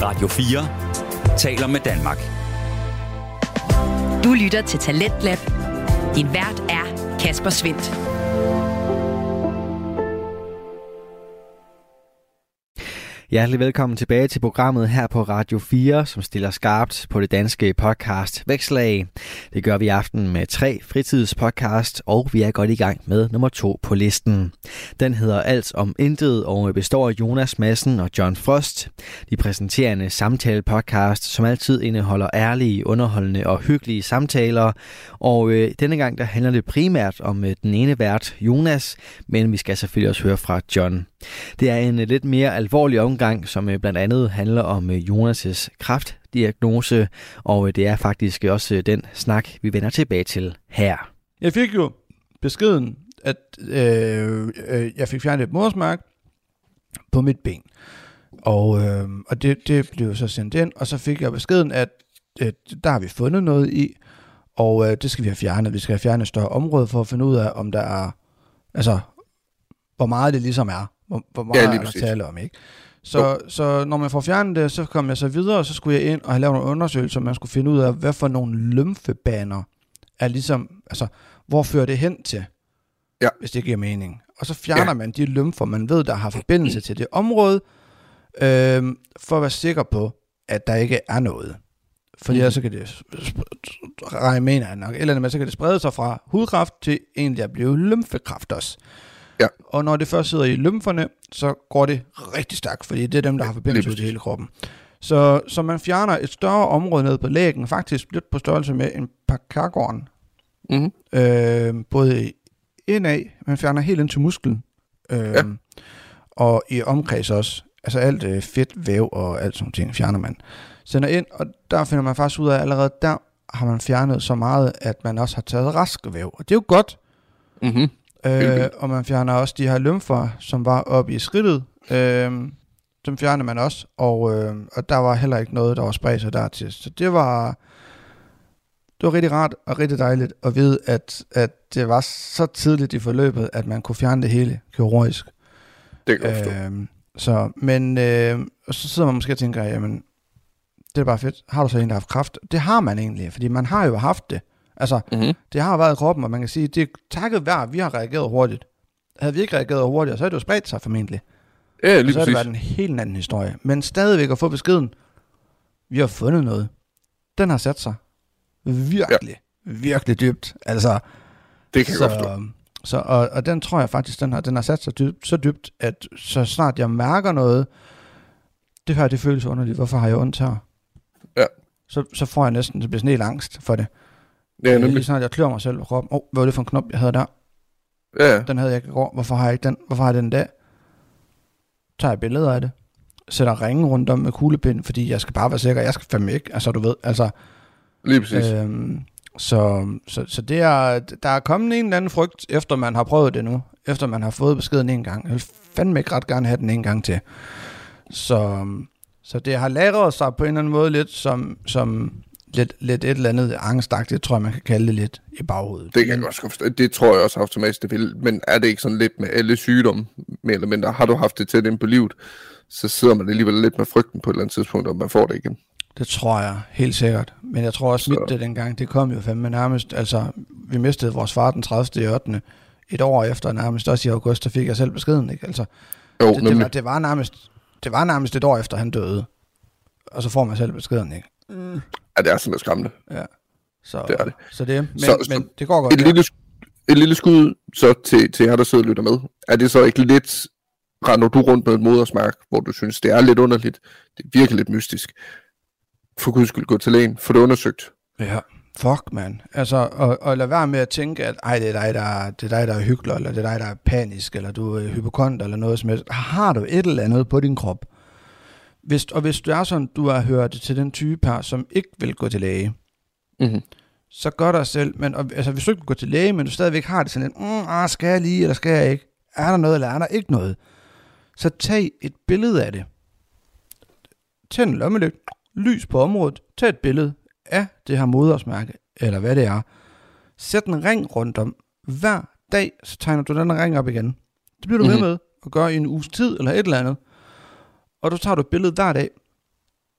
Radio 4 taler med Danmark. Du lytter til Talentlab. Din vært er Kasper Svindt. Hjertelig velkommen tilbage til programmet her på Radio 4, som stiller skarpt på det danske podcast Vækslag. Det gør vi i aften med 3 fritidspodcast, og vi er godt i gang med nummer 2 på listen. Den hedder Alt om Intet og består af Jonas Madsen og John Frost. De præsenterende samtale-podcast, som altid indeholder ærlige, underholdende og hyggelige samtaler. Og denne gang der handler det primært om den ene vært, Jonas, men vi skal selvfølgelig også høre fra John. Det er en lidt mere alvorlig omgang, som blandt andet handler om Jonas' kræftdiagnose, og det er faktisk også den snak, vi vender tilbage til her. Jeg fik jo beskeden, at jeg fik fjernet et modersmærke på mit ben, og det blev så sendt ind, og så fik jeg beskeden, at der har vi fundet noget i, og det skal vi have fjernet. Vi skal have fjernet et større område for at finde ud af, om der er, altså, hvor meget det ligesom er. Hvor meget er der tale om, ikke? Så når man får fjernet det, så kom jeg så videre, og så skulle jeg ind og have lavet nogle undersøgelser, man skulle finde ud af, hvad for nogle lymfebaner er ligesom, altså, hvor fører det hen til, hvis det giver mening. Og så fjerner man de lymfer, man ved, der har forbindelse til det område, for at være sikker på, at der ikke er noget. Fordi så kan det regne mener nok, eller andet, så kan det sprede sig fra hudkræft til egentlig at blive lymfekræft også. Ja. Og når det først sidder i lymferne, så går det rigtig stærkt, fordi det er dem, der har forbindelse til hele kroppen. Så man fjerner et større område ned på lægen, faktisk lidt på størrelse med en pakagorn. Både indad, man fjerner helt ind til musklen, og i omkreds også. Altså alt fedt, væv og alt sådan ting fjerner man. Sender ind, og der finder man faktisk ud af, at allerede der har man fjernet så meget, at man også har taget rask væv. Og det er jo godt. Og man fjerner også de her lymfer, som var oppe i skridtet. Dem fjerner man også, og der var heller ikke noget, der var spredt sig dertil. Så det var rigtig rart og rigtig dejligt at vide, at det var så tidligt i forløbet, at man kunne fjerne det hele kirurgisk. Det kan jeg forstå. Og så sidder man måske og tænker, jamen, det er bare fedt. Har du så egentlig haft kræft? Det har man egentlig, fordi man har jo haft det. Altså, det har været i kroppen, og man kan sige, det er takket være, at vi har reageret hurtigt. Havde vi ikke reageret hurtigt, så havde det jo spredt sig formentlig. Ja, lige så havde det været en helt anden historie. Men stadigvæk at få beskeden, vi har fundet noget. Den har sat sig virkelig dybt. Altså, det kan jeg godt forstå. Og den tror jeg faktisk, den har sat sig så dybt, at så snart jeg mærker noget, det her, det føles underligt. Hvorfor har jeg ondt her? Ja. Så får jeg næsten, det bliver sådan helt angst for det. Ja, nemlig. Lige snart jeg klør mig selv på kroppen. Hvad var det for en knop, jeg havde der? Ja. Den havde jeg ikke i går. Hvorfor har jeg ikke den? Hvorfor har jeg den der? Tager jeg billeder af det. Sætter ringen rundt om med kuglepind, fordi jeg skal bare være sikker. Jeg skal fandme ikke. Altså, du ved. Altså, lige præcis. Så det er, der er kommet en eller anden frygt, efter man har prøvet det nu. Efter man har fået beskeden en gang. Jeg vil fandme ikke ret gerne have den en gang til. Så det har lagret sig på en eller anden måde lidt som lidt et eller andet angstagtigt, tror jeg, man kan kalde det lidt i baghovedet. Det kan jeg også forstå. Det tror jeg også automatisk, det vil. Men er det ikke sådan lidt med alle sygdomme, mere eller mindre? Har du haft det tæt ind på livet, så sidder man alligevel lidt med frygten på et eller andet tidspunkt, og man får det igen. Det tror jeg helt sikkert. Men jeg tror også, mit det dengang, det kom jo fandme nærmest, altså, vi mistede vores far den 30.8. Et år efter nærmest, også i august, der fik jeg selv beskeden, ikke? Altså, det var nærmest et år efter, han døde. Og så får man selv beskeden, ikke? Ja, det er simpelthen skræmmende. Ja. Så det er det. Så det, men det går godt. Et lille skud så til jer, der sidder og lytter med. Er det så ikke lidt, render du rundt med et modersmærke, hvor du synes, det er lidt underligt, det er virkelig lidt mystisk? For guds skyld, gå til lægen, få det undersøgt. Ja, fuck man. Altså, og lad være med at tænke, at det er dig, der er hyggelig, eller det er dig, der er panisk, eller du er hypokonder, eller noget som helst. Har du et eller andet på din krop? Hvis du er sådan, du har hørt til den type her, som ikke vil gå til læge, så gør dig selv, men altså, hvis du ikke vil gå til læge, men du stadigvæk har det sådan lidt, skal jeg lige, eller skal jeg ikke? Er der noget, eller er der ikke noget? Så tag et billede af det. Tænd en lommelygt, lys på området, tag et billede af det her modersmærke, eller hvad det er. Sæt en ring rundt om. Hver dag, så tegner du den ring op igen. Det bliver du ved med at gøre i en uges tid, eller et eller andet. Og du tager du et billede hver dag.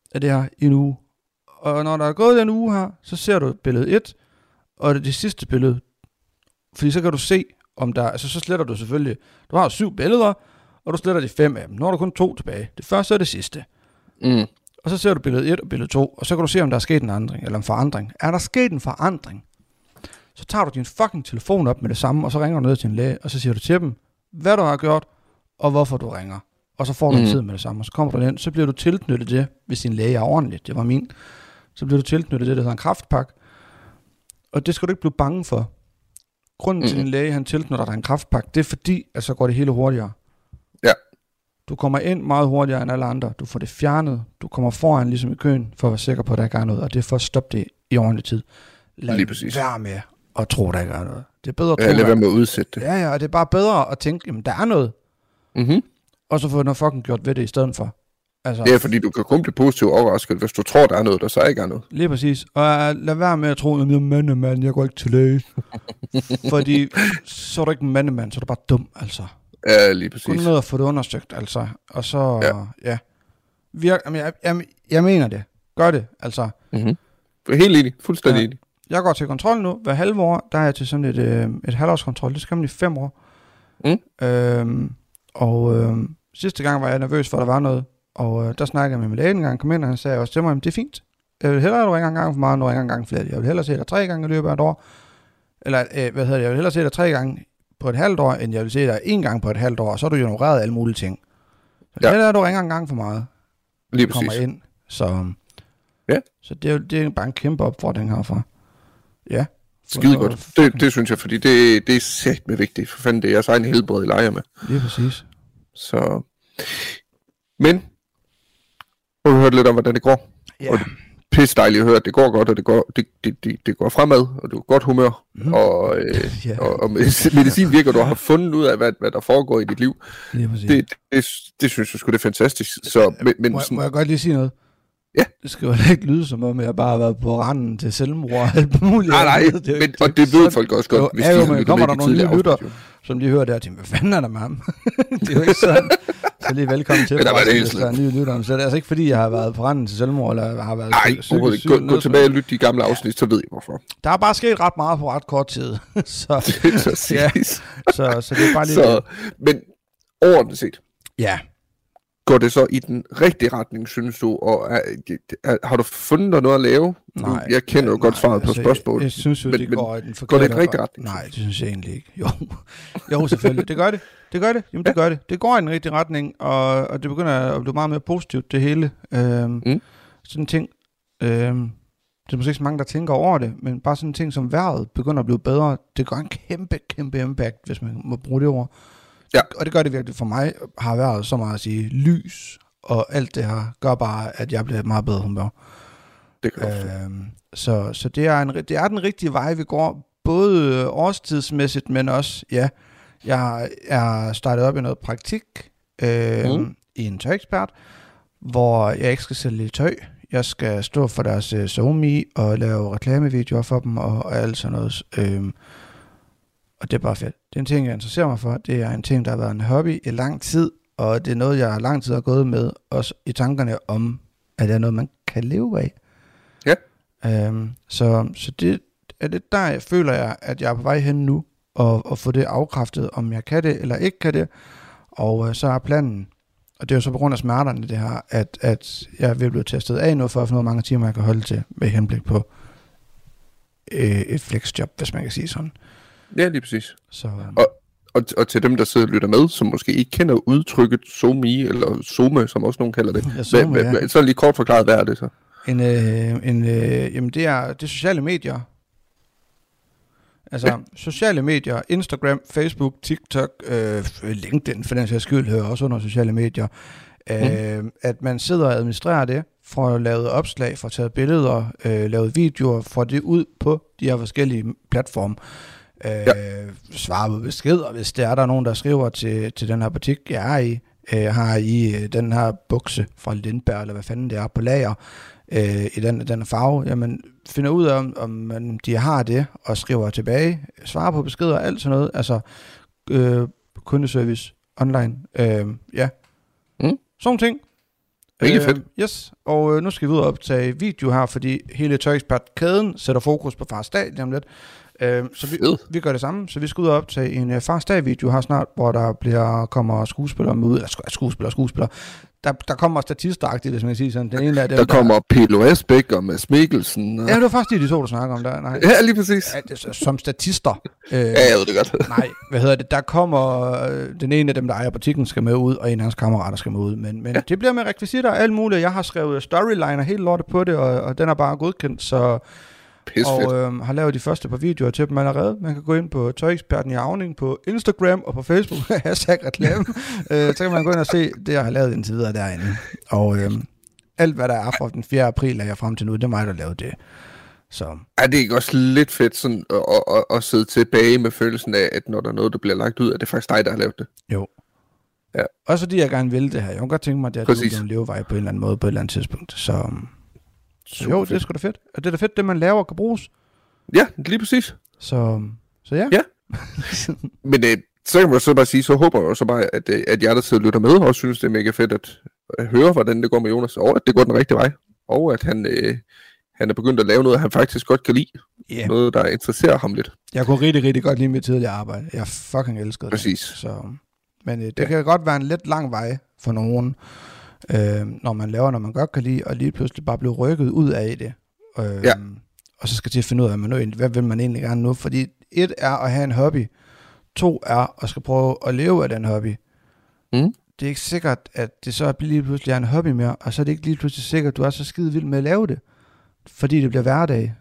af det her i en uge. Og når der er gået den uge her, så ser du billede 1, og det sidste billede. Fordi så kan du se, om der... Altså, så sletter du selvfølgelig... Du har 7 billeder, og du sletter de 5 af dem. Nu har du kun 2 tilbage. Det første er det sidste. Og så ser du billede 1 og billede 2, og så kan du se, om der er sket en ændring, eller en forandring. Er der sket en forandring, så tager du din fucking telefon op med det samme, og så ringer du ned til en læge, og så siger du til dem, hvad du har gjort, og hvorfor du ringer. Og så får du en tid med det samme, og så kommer du ind, så bliver du tilknyttet det, hvis din læge er ordentlig. Det var min. Så bliver du tilknyttet det, der hedder en kræftpakke. Og det skal du ikke blive bange for. Grunden til din læge, han tilknytter dig en kræftpakke, det er fordi, at så går det hele hurtigere. Ja. Du kommer ind meget hurtigere end alle andre. Du får det fjernet. Du kommer foran ligesom i køen, for at være sikker på, at der ikke er noget. Og det er for at stoppe det i ordentlig tid. Lad være med at tro, at der ikke er noget. Det er bedre at tro, lad være med at udsætte det. Ja, og det er bare bedre at tænke, jamen der er noget. Og så få noget fucking gjort ved det i stedet for. Altså, det er fordi, du kan kun blive positivt overrasket, hvis du tror, der er noget, der så ikke er noget. Lige præcis. Og lad være med at tro, at jeg er mandemand, jeg går ikke til læge. Fordi så er du ikke en mandemand, så er du bare dum, altså. Ja, lige præcis. Gå ned og få det undersøgt, altså. Og så, ja. Jeg mener det. Gør det, altså. Helt enig. Fuldstændig enig. Jeg går til kontrol nu. Hver halve år, der er jeg til sådan et halvårskontrol. Det skal man i 5 år. Sidste gang var jeg nervøs for, at der var noget. Og der snakkede jeg med min læge en gang, kom ind, og han sagde også til mig, det er fint. Jeg vil hellere, at du ringer en gang for meget, end du ringer en gang for flere. Jeg vil hellere se dig 3 gange i løbet af et år. Eller, jeg vil hellere se dig 3 gange på et halvt år, end jeg vil se dig 1 gang på et halvt år, og så er du ignoreret alle mulige ting. Så hellere, at du ringer en gang for meget. Lige præcis. Kommer ind. Så det er bare en kæmpe opfordring herfra. Ja. Skide godt. Det synes jeg, fordi det er sæt med vigtigt. For fanden, det er jeres egen helbred, I leger med. Lige præcis. Så... Men, nu har vi hørt lidt om, hvordan det går. Ja. Og det er pisse dejligt at høre, at det går godt, og det går fremad, og du er godt humør. Og medicin virker, du har fundet ud af, hvad der foregår i dit liv. Det synes jeg sgu, det er fantastisk. Så, må jeg godt lige sige noget? Ja. Det skal jo ikke lyde som om, jeg bare har været på randen til selvmord og alt muligt. Nej, og det ved folk også godt, hvis de men kommer der nogle nye lytter, som de hører der til, hvad fanden er der med ham? Det er jo ikke sådan. Så lige velkommen til, hvis der er nye lytter. Så det er altså ikke fordi, jeg har været på randen til selvmord, eller har været syg. Gå tilbage og lyt de gamle afsnit, så ved I hvorfor. Der er bare sket ret meget på ret kort tid. Så det er bare lige... Så, men overordnet set. Ja. Går det så i den rigtige retning, synes du? Og har du fundet dig noget at lave? Nej. Jeg kender jo godt svaret på spørgsmålet. Jeg synes jo, det går i den forkerte... Går det i den rigtige retning? Nej, det synes jeg egentlig ikke. Jo, selvfølgelig. Det gør det. Jamen, det gør det. Det går i den rigtige retning, og det begynder at blive meget mere positivt, det hele. Sådan en ting... det er måske ikke så mange, der tænker over det, men bare sådan en ting som vejret begynder at blive bedre. Det gør en kæmpe impact, hvis man må bruge det ord. Ja. Og det gør det virkelig for mig, har været så meget at sige lys, og alt det her gør bare, at jeg bliver meget bedre humør. Det gør så det er den rigtige vej, vi går, både årstidsmæssigt, men også, jeg er startet op i noget praktik i en tøjekspert, hvor jeg ikke skal sælge tøj. Jeg skal stå for deres SoMe og lave reklamevideoer for dem og alt sådan noget. Og det er bare fedt. Det er en ting, jeg interesserer mig for. Det er en ting, der har været en hobby i lang tid, og det er noget, jeg lang tid har gået med, også i tankerne om, at det er noget, man kan leve af. Ja. Så det er lidt der, jeg føler, at jeg er på vej hen nu, og få det afkræftet, om jeg kan det eller ikke kan det. Og så er planen, og det er jo så på grund af smerterne det her, at jeg vil blive testet af nu, for at finde ud af, hvor mange timer jeg kan holde til, med henblik på et flexjob, hvis man kan sige sådan. Ja, lige præcis. Så, og til dem, der sidder og lytter med, som måske ikke kender udtrykket SoMe, eller Some, som også nogen kalder det. Ja, så lige kort forklaret, hvad er det så? Jamen det er sociale medier. Altså sociale medier, Instagram, Facebook, TikTok, LinkedIn, for den sags skyld, hører også under sociale medier. At man sidder og administrerer det, får lavet opslag, får taget billeder, lavet videoer, får det ud på de her forskellige platforme. Svare på beskeder, hvis der er nogen, der skriver til den her butik, jeg er i, har I den her bukse fra Lindberg, eller hvad fanden det er, på lager, i den farve, jamen finder ud af, om de har det, og skriver tilbage, svarer på beskeder, alt sådan noget, altså kundeservice online, sådan ting. Mega fedt. Yes, og nu skal vi ud og optage video her, fordi hele Tøjekspert-kæden sætter fokus på Fars Dag lige om lidt. Så vi gør det samme, så vi skal ud og optage en Fars Dag-video her snart, hvor der kommer skuespillere med ud, eller skuespillere. Der kommer statister-agtigt, hvis man kan sige sådan. Den ene af dem, der kommer Pilo Asbæk og Mads Mikkelsen. Ja, det var faktisk de to, du snakker om der. Nej. Ja, lige præcis. Ja, som statister. Ja, jeg ved det godt. Nej, der kommer den ene af dem, der ejer butikken, skal med ud, og en af hans kammerater skal med ud. Men ja. Det bliver med rekvisitter og alt muligt. Jeg har skrevet storyliner helt lortet på det, og den er bare godkendt, så... Og har lavet de første par videoer til dem allerede. Man kan gå ind på Tøjeksperten i Avning på Instagram og på Facebook, #reklame. Så kan man gå ind og se det, jeg har lavet indtil videre derinde. Og alt, hvad der er fra den 4. april, er jeg frem til nu, det er mig, der lavede det. Så. Er det ikke også lidt fedt sådan, at sidde tilbage med følelsen af, at når der er noget, der bliver lagt ud, at det er faktisk dig, der har lavet det? Jo. Ja. Også fordi jeg gerne vil det her. Jeg kunne godt tænke mig, at det er en levevej på en eller anden måde, på et eller andet tidspunkt. Så jo, det er sgu da fedt. Og det er da fedt, det man laver kan bruges. Ja, lige præcis. Så ja. Ja. Men så kan man så bare sige, så håber jeg så bare, at jeg der sidder og lytter med, og synes, det er mega fedt at høre, hvordan det går med Jonas, og at det går den rigtige vej. Og at han er begyndt at lave noget, han faktisk godt kan lide. Yeah. Noget, der interesserer ham lidt. Jeg kunne rigtig, rigtig godt lide mit tidligere arbejde. Jeg fucking elskede præcis. Det. Så, men det kan godt være en lidt lang vej for nogen, når man laver, når man godt kan lide, og lige pludselig bare blive rykket ud af det. Og så skal til at finde ud af, hvad vil man egentlig gerne nu? Fordi 1 er at have en hobby, 2 er at skal prøve at leve af den hobby. Mm. Det er ikke sikkert, at det så lige pludselig er en hobby mere, og så er det ikke lige pludselig sikkert, at du er så skide vild med at lave det, fordi det bliver hverdag.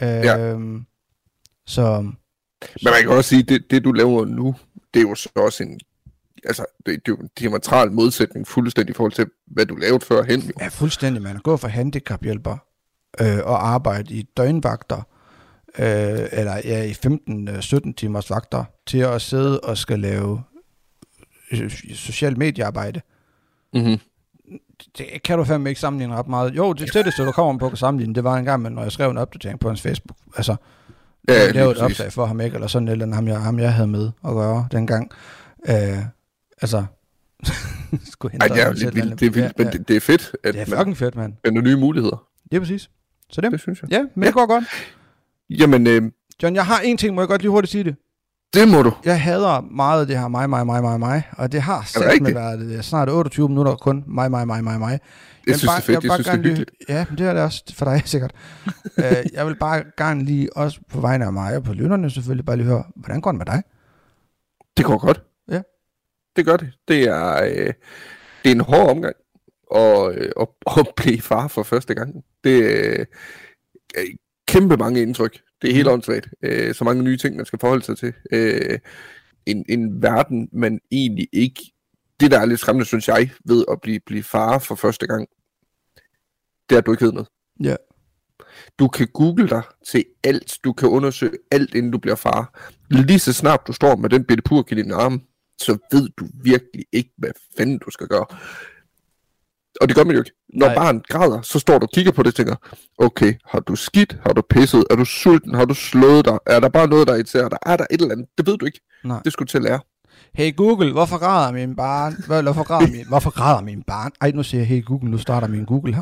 Så. Men man kan også sige, det du laver nu, det er jo så også en... Altså, det er jo en diametral modsætning fuldstændig i forhold til, hvad du lavede førhen. Jo. Ja, fuldstændig, man. At gå fra handicaphjælper og arbejde i døgnvagter, eller i 15-17 timers vagter, til at sidde og skal lave social mediearbejde. Mm-hmm. Det kan du fandme ikke sammenligne ret meget. Jo, det tætteste, du kommer på at sammenligne, det var en gang, når jeg skrev en opdatering på hans Facebook. Altså, jeg lavede et opslag for ham, ikke? Eller sådan eller ham jeg havde med at gøre dengang. Altså skulle hente det er lidt vildt, det er vildt, men det er fedt, at det er fucking fedt, mand. Der er nye muligheder. Det er præcis. Så det synes jeg. Ja, men det går godt. Jamen, John, jeg har en ting, må jeg godt lige hurtigt sige det? Det må du. Jeg hader meget det her mig, og det har satme været snart 28 minutter kun mig. Jeg synes, det er fedt, jeg synes, det er hyggeligt. Ja, men det er det også for dig sikkert. Jeg vil bare gerne lige, også på vegne af mig og på lytterne selvfølgelig, bare lige høre, hvordan går det med dig? Det går godt. Ja. Det gør det. Det er en hård omgang at blive far for første gang. Det er kæmpe mange indtryk. Det er helt åndssvagt. Så mange nye ting, man skal forholde sig til. En verden, man egentlig ikke... Det, der er lidt skræmmende, synes jeg, ved at blive far for første gang, det er, at du ikke ved noget. Ja. Du kan google dig til alt. Du kan undersøge alt, inden du bliver far. Lige så snart du står med den bitte purk i din arm, så ved du virkelig ikke, hvad fanden du skal gøre. Og det gør man jo ikke. Når barnet græder, så står du og kigger på det og tænker, okay, har du skidt? Har du pisset? Er du sulten? Har du slået dig? Er der bare noget, der irriterer dig? Er der et eller andet? Det ved du ikke. Nej. Det skulle til at lære. Hey Google, hvorfor græder min barn? Hvorfor græder min barn? Ej, nu siger jeg, hey Google, nu starter min Google her.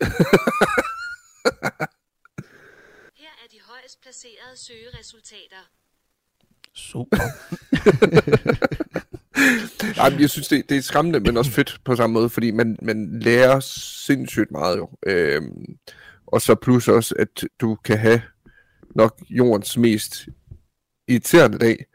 Her er de højest placerede søgeresultater. Super. Jamen, jeg synes, det er skræmmende, men også fedt på samme måde, fordi man lærer sindssygt meget jo. Og så plus også, at du kan have nok jordens mest irriterende dag.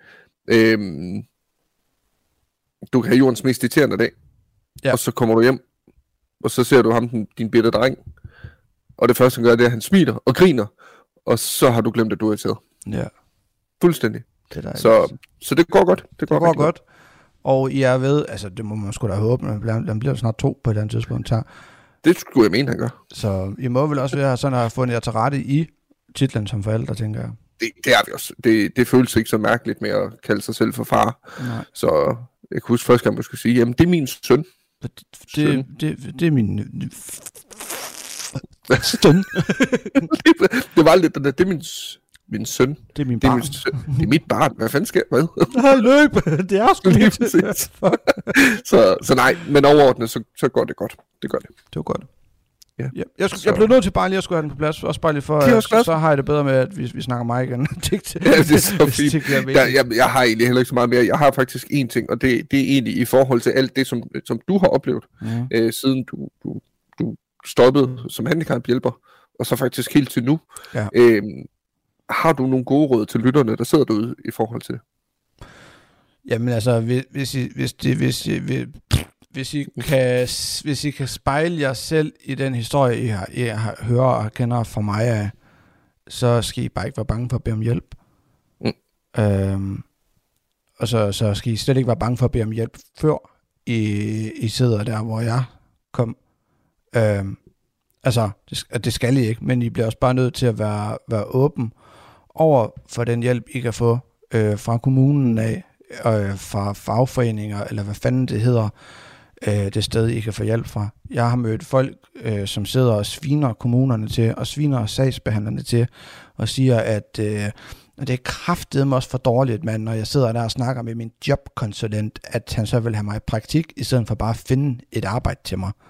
Du kan have jordens mest irriterende dag, ja. Og så kommer du hjem, og så ser du ham, din bitte dreng, og det første, han gør, det er, at han smiler og griner, og så har du glemt, at du er irriteret. Ja. Fuldstændig. Så det går godt. Det går godt. Og jeg ved, altså det må man sgu da håbe, men den bliver snart 2 på et eller andet tidspunkt her. Det skulle jeg mene, han gør. Så I må vel også være sådan at have fundet jer til rette i titlen som forældre, tænker jeg. Det er vi også. Det føles ikke så mærkeligt med at kalde sig selv for far. Nej. Så jeg kunne huske første gang, man skulle sige, jamen det er min søn. Det er min søn. Det var lidt, det er min min søn. Det er min barn. Det er mit barn. Hvad fanden sker der med? Nej, løb! Det er sgu Lige lidt. præcis. så nej, men overordnet, så går det godt. Det gør det. Det var godt. Ja. Jeg blev nødt til bare lige at skulle have den på plads. Også bare lige for, så har jeg det bedre med, at vi snakker mig igen. Det er så fint. Jeg har egentlig heller ikke så meget mere. Jeg har faktisk én ting, og det er egentlig i forhold til alt det, som du har oplevet, siden du stoppede som handicaphjælper, og så faktisk helt til nu. Ja. Har du nogle gode råd til lytterne, der sidder derude i forhold til det? Jamen altså, hvis I kan spejle jer selv i den historie, I hører og kender fra mig af, så skal I bare ikke være bange for at bede om hjælp. Og så skal I slet ikke være bange for at bede om hjælp, før I sidder der, hvor jeg kom. Altså, det skal I ikke, men I bliver også bare nødt til at være åben over for den hjælp, I kan få fra kommunen af, fra fagforeninger, eller hvad fanden det hedder, det sted, I kan få hjælp fra. Jeg har mødt folk, som sidder og sviner kommunerne til, og sviner sagsbehandlerne til, og siger, at det er kraftedeme også for dårligt, mand, når jeg sidder der og snakker med min jobkonsulent, at han så vil have mig i praktik, i stedet for bare at finde et arbejde til mig.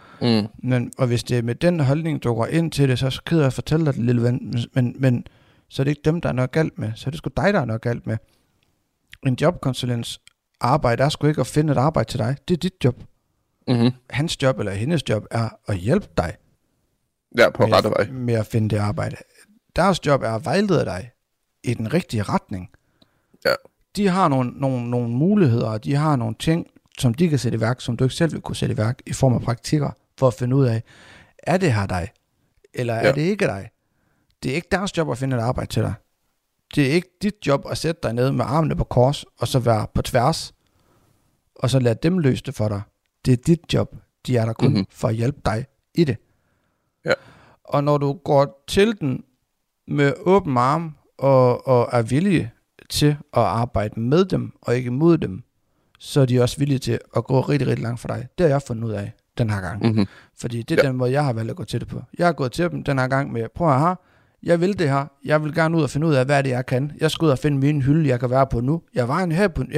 Og hvis det er med den holdning, du går ind til det, så er jeg ked af at fortælle dig det, lille ven, men så er det ikke dem, der er noget galt med, så er det sgu dig, der er noget galt med. En jobkonsulents arbejde er sgu ikke at finde et arbejde til dig. Det er dit job. Hans job eller hendes job er at hjælpe dig på rette vej med at finde det arbejde. Deres job er at vejlede dig i den rigtige retning. Ja. De har nogle muligheder, de har nogle ting, som de kan sætte i værk, som du ikke selv vil kunne sætte i værk i form af praktikker, for at finde ud af, er det her dig, eller er det ikke dig? Det er ikke deres job at finde et arbejde til dig. Det er ikke dit job at sætte dig ned med armene på kors, og så være på tværs, og så lade dem løse det for dig. Det er dit job. De er der kun for at hjælpe dig i det. Ja. Og når du går til den med åben arm, og er villig til at arbejde med dem, og ikke mod dem, så er de også villige til at gå rigtig, rigtig langt for dig. Det har jeg fundet ud af den her gang. Fordi det er den måde, jeg har valgt at gå til det på. Jeg har gået til dem den her gang med, prøv at høre, jeg vil det her. Jeg vil gerne ud og finde ud af, hvad det er, jeg kan. Jeg skal ud og finde min hylde, jeg kan være på nu. Jeg var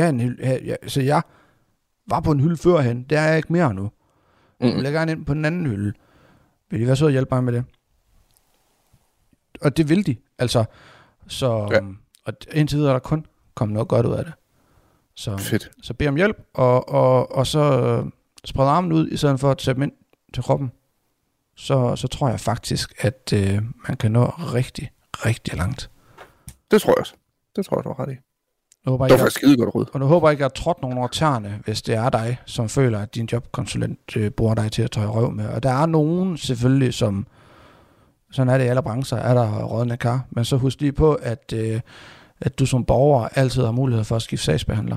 så jeg var på en hylde førhen. Det er jeg ikke mere nu. Jeg vil gerne ind på en anden hylde. Vil de være så at hjælpe mig med det? Og det vil de. Altså, så og indtil videre er der kun kommet noget godt ud af det. Så, fedt. Så bed om hjælp, og så spred armen ud, i stedet for at sætte dem ind til kroppen. Så tror jeg faktisk, at man kan nå rigtig, rigtig langt. Det tror jeg også. Det tror jeg, du har ret i. Det var faktisk skide godt råd. Og nu håber jeg ikke, at jeg har trådt nogen over tæerne, hvis det er dig, som føler, at din jobkonsulent bruger dig til at tøje røv med. Og der er nogen selvfølgelig, som, sådan er det i alle brancher, er der rådne kar. Men så husk lige på, at du som borger altid har mulighed for at skifte sagsbehandler.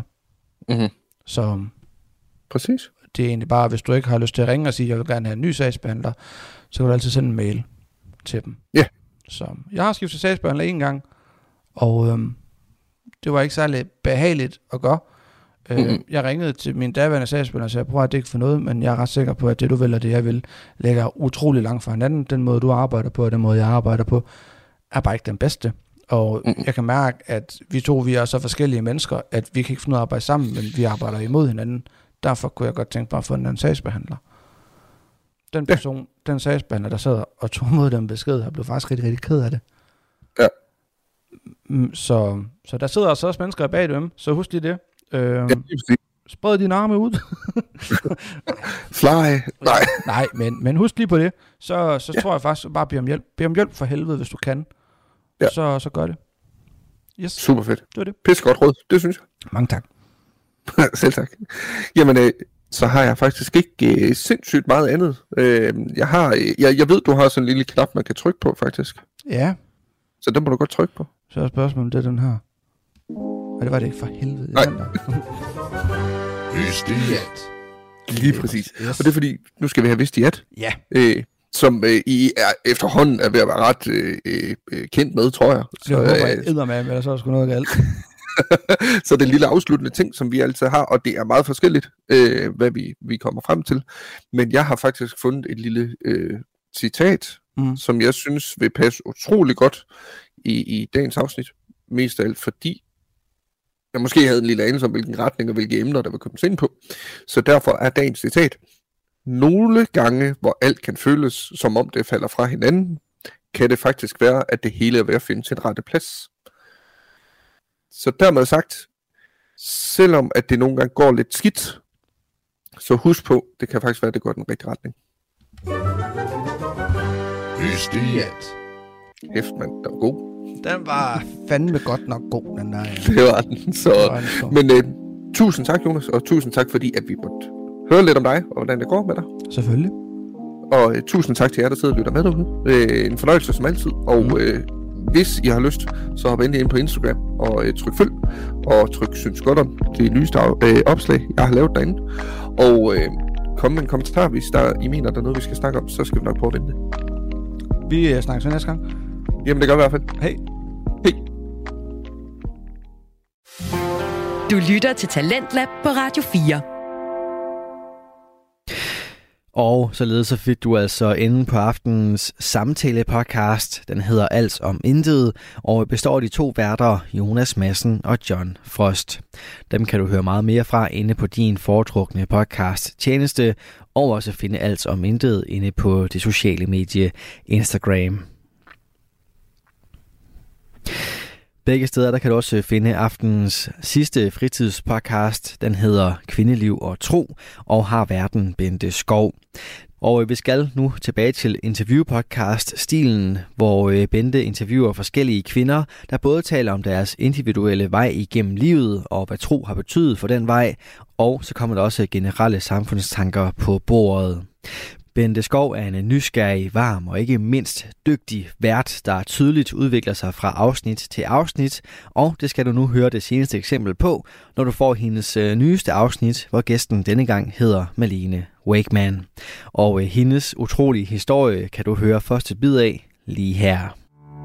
Så præcis. Det er egentlig bare, hvis du ikke har lyst til at ringe og sige, at jeg vil gerne have en ny sagsbehandler, så kan du altid sende en mail til dem. Ja. Så jeg har skiftet sagsbehandler en gang, og det var ikke særlig behageligt at gøre. Jeg ringede til min daværende sagsbehandler og sagde, prøv at det ikke for noget, men jeg er ret sikker på, at det du vil og det jeg vil, ligger utrolig langt fra hinanden. Den måde du arbejder på og den måde jeg arbejder på, er bare ikke den bedste. Og jeg kan mærke, at vi er så forskellige mennesker, at vi kan ikke finde ud af at arbejde sammen, men vi arbejder imod hinanden. Derfor kunne jeg godt tænke mig at få en anden sagsbehandler. Den person, den sagsbehandler, der sad og tog mod den besked, jeg blev faktisk rigtig, rigtig ked af det. Ja. Så der sidder også mennesker bag dem, så husk lige det. Spred dine arme ud. Fly. Nej, men husk lige på det. Så tror jeg faktisk, bare bed om hjælp. Bed om hjælp for helvede, hvis du kan. Ja. Så gør det. Yes. Super fedt. Det var det. Pisse godt råd, det synes jeg. Mange tak. Selv tak. Jamen, så har jeg faktisk ikke sindssygt meget andet. Jeg ved, du har sådan en lille knap, man kan trykke på, faktisk. Ja. Så den må du godt trykke på. Så er spørgsmålet, om det er den her. Og det var det ikke for helvede. Nej. Vidst I at? Lige præcis. Yes. Og det er fordi, nu skal vi have vidst I at. Ja. Som I efterhånden er ved at være ret kendt med, tror jeg. Så, det håber jeg eddermame, eller så er sgu noget galt. Så det er en lille afsluttende ting, som vi altid har, og det er meget forskelligt, hvad vi kommer frem til. Men jeg har faktisk fundet et lille citat, som jeg synes vil passe utrolig godt i dagens afsnit. Mest af alt fordi, jeg måske havde en lille anelse om, hvilken retning og hvilke emner, der vil komme ind på. Så derfor er dagens citat: nogle gange, hvor alt kan føles, som om det falder fra hinanden, kan det faktisk være, at det hele er ved at finde sin rette plads. Så dermed sagt, selvom at det nogle gange går lidt skidt, så husk på, det kan faktisk være, at det går i den rigtige retning. Hæft, mand, den var god. Den var fandme godt nok god, den der. Ja. Det var den. Så. Men tusind tak, Jonas, og tusind tak, fordi at vi måtte høre lidt om dig, og hvordan det går med dig. Selvfølgelig. Og tusind tak til jer, der sidder og lytter med derude. En fornøjelse som altid. Og hvis I har lyst, så hop endelig ind på Instagram og tryk følg. Og tryk synes godt om det nyeste opslag, jeg har lavet derinde. Og kom med en kommentar, hvis I mener, der er noget, vi skal snakke om, så skal vi nok prøve at vende det. Vi snakker så næste gang. Jamen, det gør vi i hvert fald. Hej. Hej. Du lytter til Talentlab på Radio 4. Og således så fik du altså enden på aftenens samtale-podcast. Den hedder Alt om Intet, og består af de 2 værter, Jonas Madsen og John Frost. Dem kan du høre meget mere fra inde på din foretrukne podcast-tjeneste, og også finde Alt om Intet inde på det sociale medie Instagram. Begge steder der kan du også finde aftenens sidste fritidspodcast. Den hedder Kvindeliv og Tro og har værten Bente Skov. Og vi skal nu tilbage til interviewpodcast-stilen, hvor Bente interviewer forskellige kvinder, der både taler om deres individuelle vej igennem livet og hvad tro har betydet for den vej, og så kommer der også generelle samfundstanker på bordet. Bente Skov er en nysgerrig, varm og ikke mindst dygtig vært, der tydeligt udvikler sig fra afsnit til afsnit, og det skal du nu høre det seneste eksempel på, når du får hendes nyeste afsnit, hvor gæsten denne gang hedder Malene Wakeman. Og hendes utrolige historie kan du høre første bid af lige her.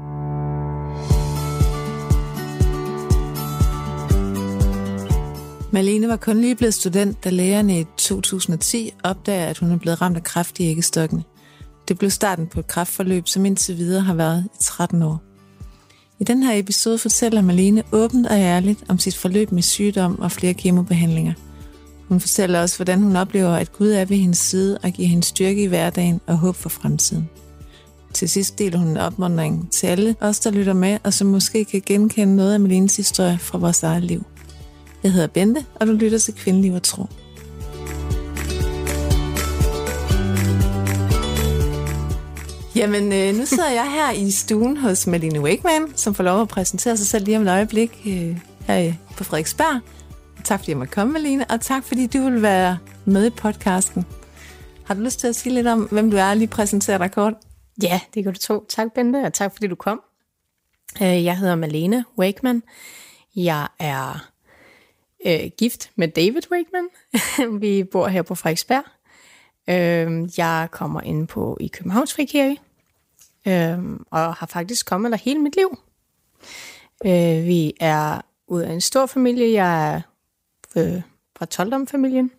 Malene var kun lige blevet student, da lægerne i 2010 opdager, at hun er blevet ramt af kræft i æggestokkene. Det blev starten på et kræftforløb, som indtil videre har været i 13 år. I den her episode fortæller Malene åbent og ærligt om sit forløb med sygdom og flere kemobehandlinger. Hun fortæller også, hvordan hun oplever, at Gud er ved hendes side og giver hende styrke i hverdagen og håb for fremtiden. Til sidst deler hun en opmuntring til alle os, der lytter med, og som måske kan genkende noget af Malenes historie fra vores eget liv. Jeg hedder Bente, og du lytter til Kvindeliv og Tro. Jamen, nu sidder jeg her i stuen hos Malene Wakeman, som får lov at præsentere sig selv lige om et øjeblik her på Frederiksberg. Tak fordi jeg måtte komme, Malene, og tak fordi du vil være med i podcasten. Har du lyst til at sige lidt om, hvem du er, og lige præsentere dig kort? Ja, det kan du tro. Tak, Bente, og tak fordi du kom. Jeg hedder Malene Wakeman. Jeg er gift med David Wakeman. Vi bor her på Frederiksberg. Jeg kommer ind i Københavns Frikirke, og har faktisk kommet der hele mit liv. Vi er ud af en stor familie. Jeg er fra Toldom-familien.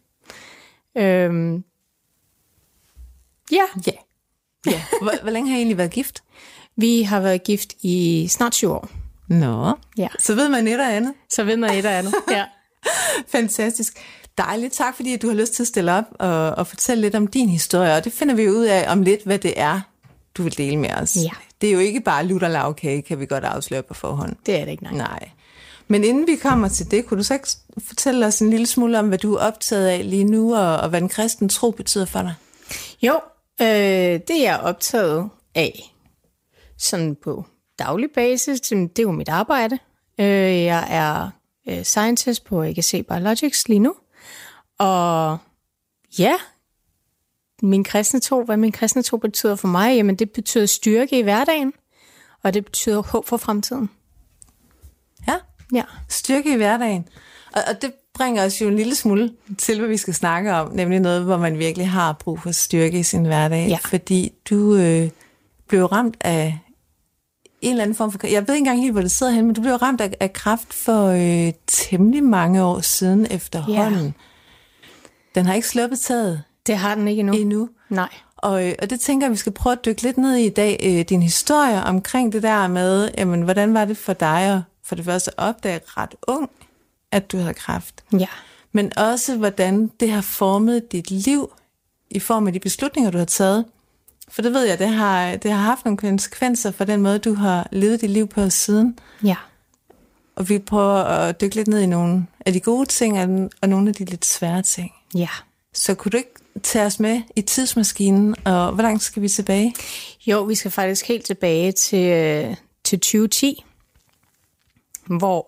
Ja. Hvor længe har I egentlig været gift? Vi har været gift i snart 7 år. Nå, ja. Så ved man et og andet. Ja. Fantastisk. Dejligt. Tak fordi du har lyst til at stille op og fortælle lidt om din historie. Og det finder vi ud af om lidt, hvad det er, du vil dele med os. Ja. Det er jo ikke bare lutter lavkage, kan vi godt afsløre på forhånd. Det er det ikke, nej. Men inden vi kommer til det, kunne du så ikke fortælle os en lille smule om, hvad du er optaget af lige nu, og hvad den kristne tro betyder for dig? Jo, det er jeg optaget af sådan på daglig basis. Det er jo mit arbejde. Jeg er scientist på AGC Biologics lige nu. Og ja, hvad min kristne tro betyder for mig, jamen det betyder styrke i hverdagen, og det betyder håb for fremtiden. Ja. Styrke i hverdagen. Og det bringer os jo en lille smule til, hvad vi skal snakke om, nemlig noget, hvor man virkelig har brug for styrke i sin hverdag. Ja. Fordi du blev ramt af en eller anden form for... Jeg ved ikke engang helt, hvor det sidder hen, men du blev ramt af kræft for temmelig mange år siden efterhånden. Ja. Den har ikke sluppet taget. Det har den ikke endnu. Endnu. Nej. Og det tænker jeg, vi skal prøve at dykke lidt ned i dag. Din historie omkring det der med, jamen, hvordan var det for dig at for det første opdage ret ung, at du havde kræft? Ja. Men også, hvordan det har formet dit liv i form af de beslutninger, du har taget. For det ved jeg, det har haft nogle konsekvenser for den måde, du har levet dit liv på siden. Ja. Og vi prøver at dykke lidt ned i nogle af de gode ting, og nogle af de lidt svære ting. Ja. Så kunne du ikke tage os med i tidsmaskinen, og hvor langt skal vi tilbage? Jo, vi skal faktisk helt tilbage til 2010, hvor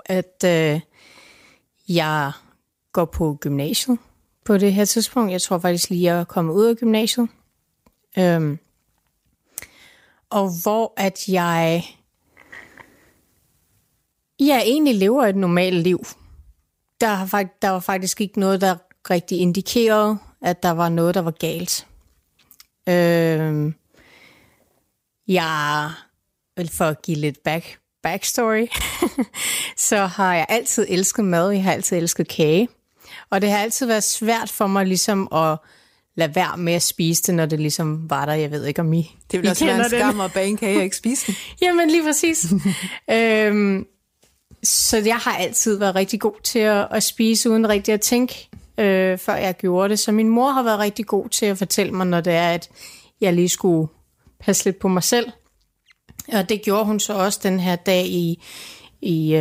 jeg går på gymnasiet på det her tidspunkt. Jeg tror faktisk lige, jeg er kommet ud af gymnasiet. Og hvor at jeg egentlig lever et normalt liv. Der var faktisk ikke noget, der rigtig indikerede, at der var noget, der var galt. Jeg vil for at give lidt backstory, så har jeg altid elsket mad. Jeg har altid elsket kage. Og det har altid været svært for mig ligesom at lade være med at spise det, når det ligesom var der. Jeg ved ikke, om I det vil også være en skam at bage en kage og ikke spise den. Jamen lige præcis. Så jeg har altid været rigtig god til at spise, uden rigtig at tænke, før jeg gjorde det. Så min mor har været rigtig god til at fortælle mig, når det er, at jeg lige skulle passe lidt på mig selv. Og det gjorde hun så også den her dag i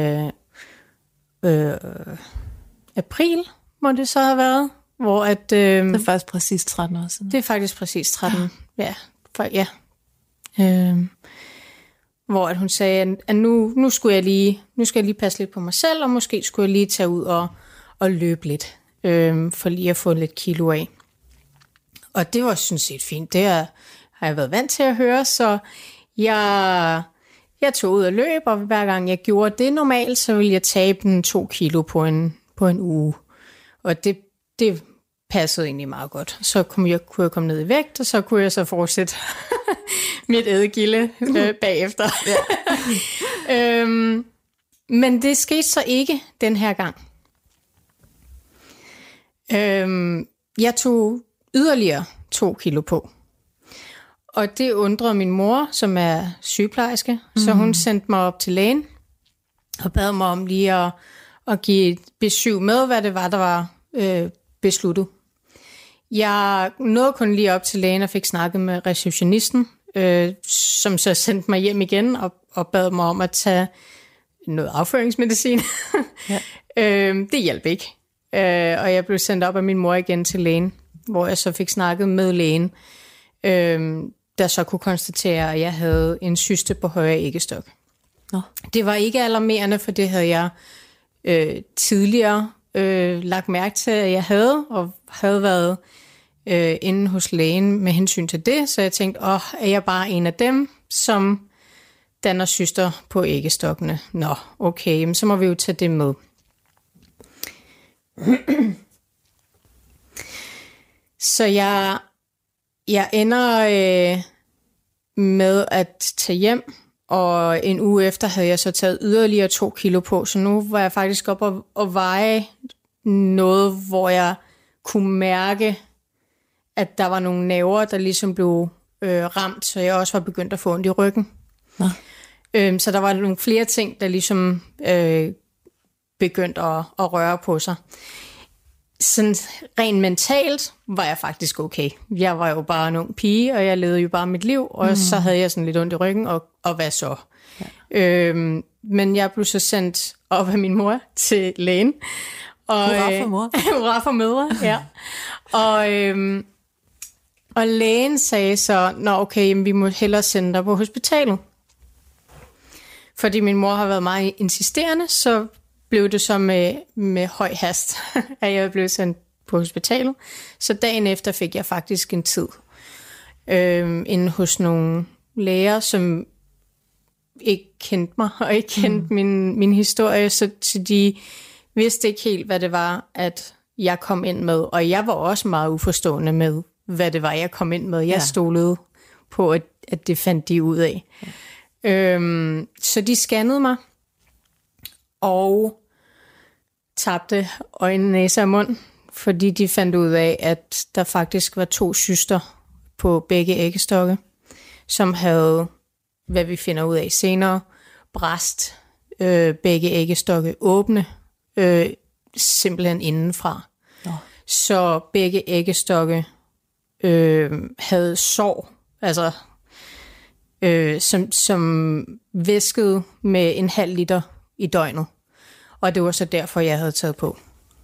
april, må det så have været. Hvor at, det er faktisk præcis 13 år siden. Det er faktisk præcis 13, ja. Hvor at hun sagde, at nu skal jeg lige passe lidt på mig selv, og måske skulle jeg lige tage ud og løbe lidt, for lige at få lidt kilo af. Og det var sådan set fint. Det har jeg været vant til at høre, så jeg tog ud og løb, og hver gang jeg gjorde det normalt, så ville jeg tabe den 2 kilo på en uge. Og det passede egentlig meget godt. Så kunne jeg komme ned i vægt, og så kunne jeg så fortsætte mit ædegilde bagefter. Men det skete så ikke den her gang. Jeg tog yderligere 2 kilo på. Og det undrede min mor, som er sygeplejerske, så hun sendte mig op til lægen og bad mig om lige at give et besøg med, hvad det var, der var besluttet. Jeg nåede kun lige op til lægen og fik snakket med receptionisten, som så sendte mig hjem igen og bad mig om at tage noget afføringsmedicin. Ja. Det hjalp ikke. Og jeg blev sendt op af min mor igen til lægen, hvor jeg så fik snakket med lægen, der så kunne konstatere, at jeg havde en cyste på højre æggestok. Nå. Det var ikke alarmerende, for det havde jeg tidligere lagt mærke til, at jeg havde, og havde været inde hos lægen med hensyn til det, så jeg tænkte, er jeg bare en af dem, som danner cyster på æggestokkene? Nå, okay, så må vi jo tage det med. Så jeg ender med at tage hjem, og en uge efter havde jeg så taget yderligere 2 kilo på, så nu var jeg faktisk op og veje noget, hvor jeg kunne mærke, at der var nogle nerver, der ligesom blev ramt, så jeg også var begyndt at få ondt i ryggen. Ja. Så der var nogle flere ting, der ligesom begyndte at røre på sig. Sådan rent mentalt var jeg faktisk okay. Jeg var jo bare en ung pige, og jeg levede jo bare mit liv, og så havde jeg sådan lidt ondt i ryggen, og hvad så? Ja. Men jeg blev så sendt op af min mor til lægen. Hurra for mor. Hurra for mødre, ja. Og lægen sagde så, okay, vi må hellere sende dig på hospitalet. Fordi min mor har været meget insisterende, så blev det så med høj hast, at jeg blev sendt på hospitalet. Så dagen efter fik jeg faktisk en tid inde hos nogle læger, som ikke kendte mig, og ikke kendte min historie, så de vidste ikke helt, hvad det var, at jeg kom ind med. Og jeg var også meget uforstående med, hvad det var, jeg kom ind med. Jeg stolede på, at det fandt de ud af. Ja. Så de scannede mig, og tabte øjne, næse og mund, fordi de fandt ud af, at der faktisk var 2 cyster på begge æggestokke, som havde, hvad vi finder ud af senere, bræst begge æggestokke åbne, simpelthen indenfra. Oh. Så begge æggestokke havde sår, altså som væskede med 0,5 liter i døgnet. Og det var så derfor, jeg havde taget på.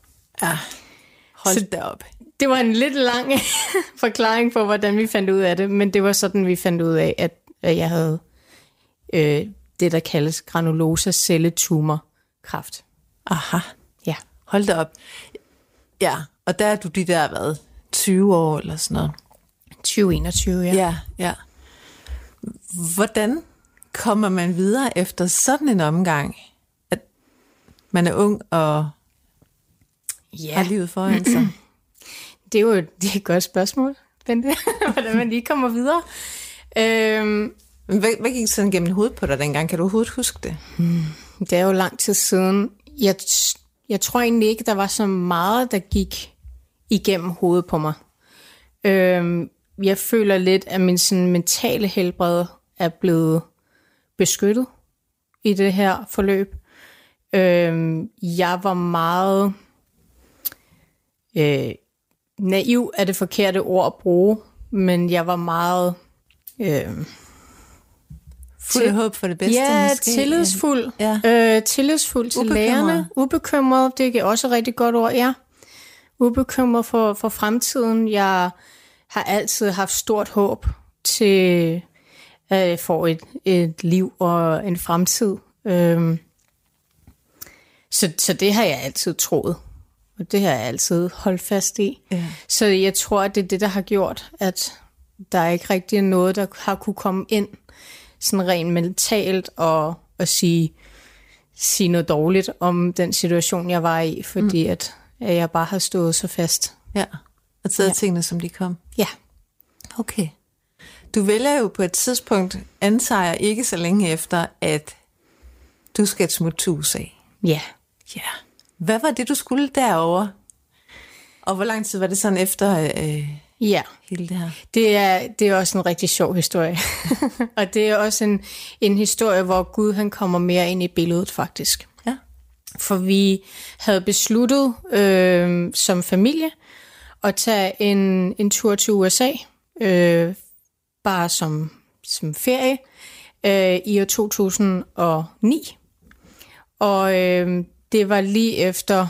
Hold da op. Det var en lidt lang forklaring på, hvordan vi fandt ud af det, men det var sådan, vi fandt ud af, at jeg havde det, der kaldes granulosa celletumorkræft. Aha. Ja. Hold da op. Ja, og der er du de der, hvad, 20 år eller sådan noget? 2021, ja. Ja. Hvordan kommer man videre efter sådan en omgang? At man er ung og har livet foran sig? Det er et godt spørgsmål, Bente. Hvordan man lige kommer videre. Hvad gik sådan gennem hovedet på dig dengang? Kan du overhovedet huske det? Det er jo lang tid siden. Jeg tror egentlig ikke, der var så meget, der gik igennem hovedet på mig. Jeg føler lidt, at min sådan mentale helbred er blevet beskyttet i det her forløb. Jeg var meget naiv er det forkerte ord at bruge, men jeg var meget fuld af håb for det bedste. Ja, måske. tillidsfuld. Ja. Tillidsfuld til Ubekymret. lærerne. Ubekymret, det er også et rigtig godt ord, ja. Ubekymret for fremtiden. Jeg har altid haft stort håb til at få et liv og en fremtid. Så det har jeg altid troet. Og det har jeg altid holdt fast i. Ja. Så jeg tror, at det er det, der har gjort, at der er ikke rigtig noget, der har kunne komme ind sådan rent mentalt og sige noget dårligt om den situation, jeg var i, fordi at jeg bare har stået så fast. Ja, og taget tingene, som de kom. Ja. Okay. Du vælger jo på et tidspunkt, antager jeg ikke så længe efter, at du skal et smut til USA. Ja. Ja. Hvad var det, du skulle derovre? Og hvor lang tid var det sådan efter hele det her? Det er også en rigtig sjov historie. Og det er også en historie, hvor Gud han kommer mere ind i billedet faktisk. Ja. For vi havde besluttet som familie at tage en tur til USA, bare som ferie, i år 2009. Og det var lige efter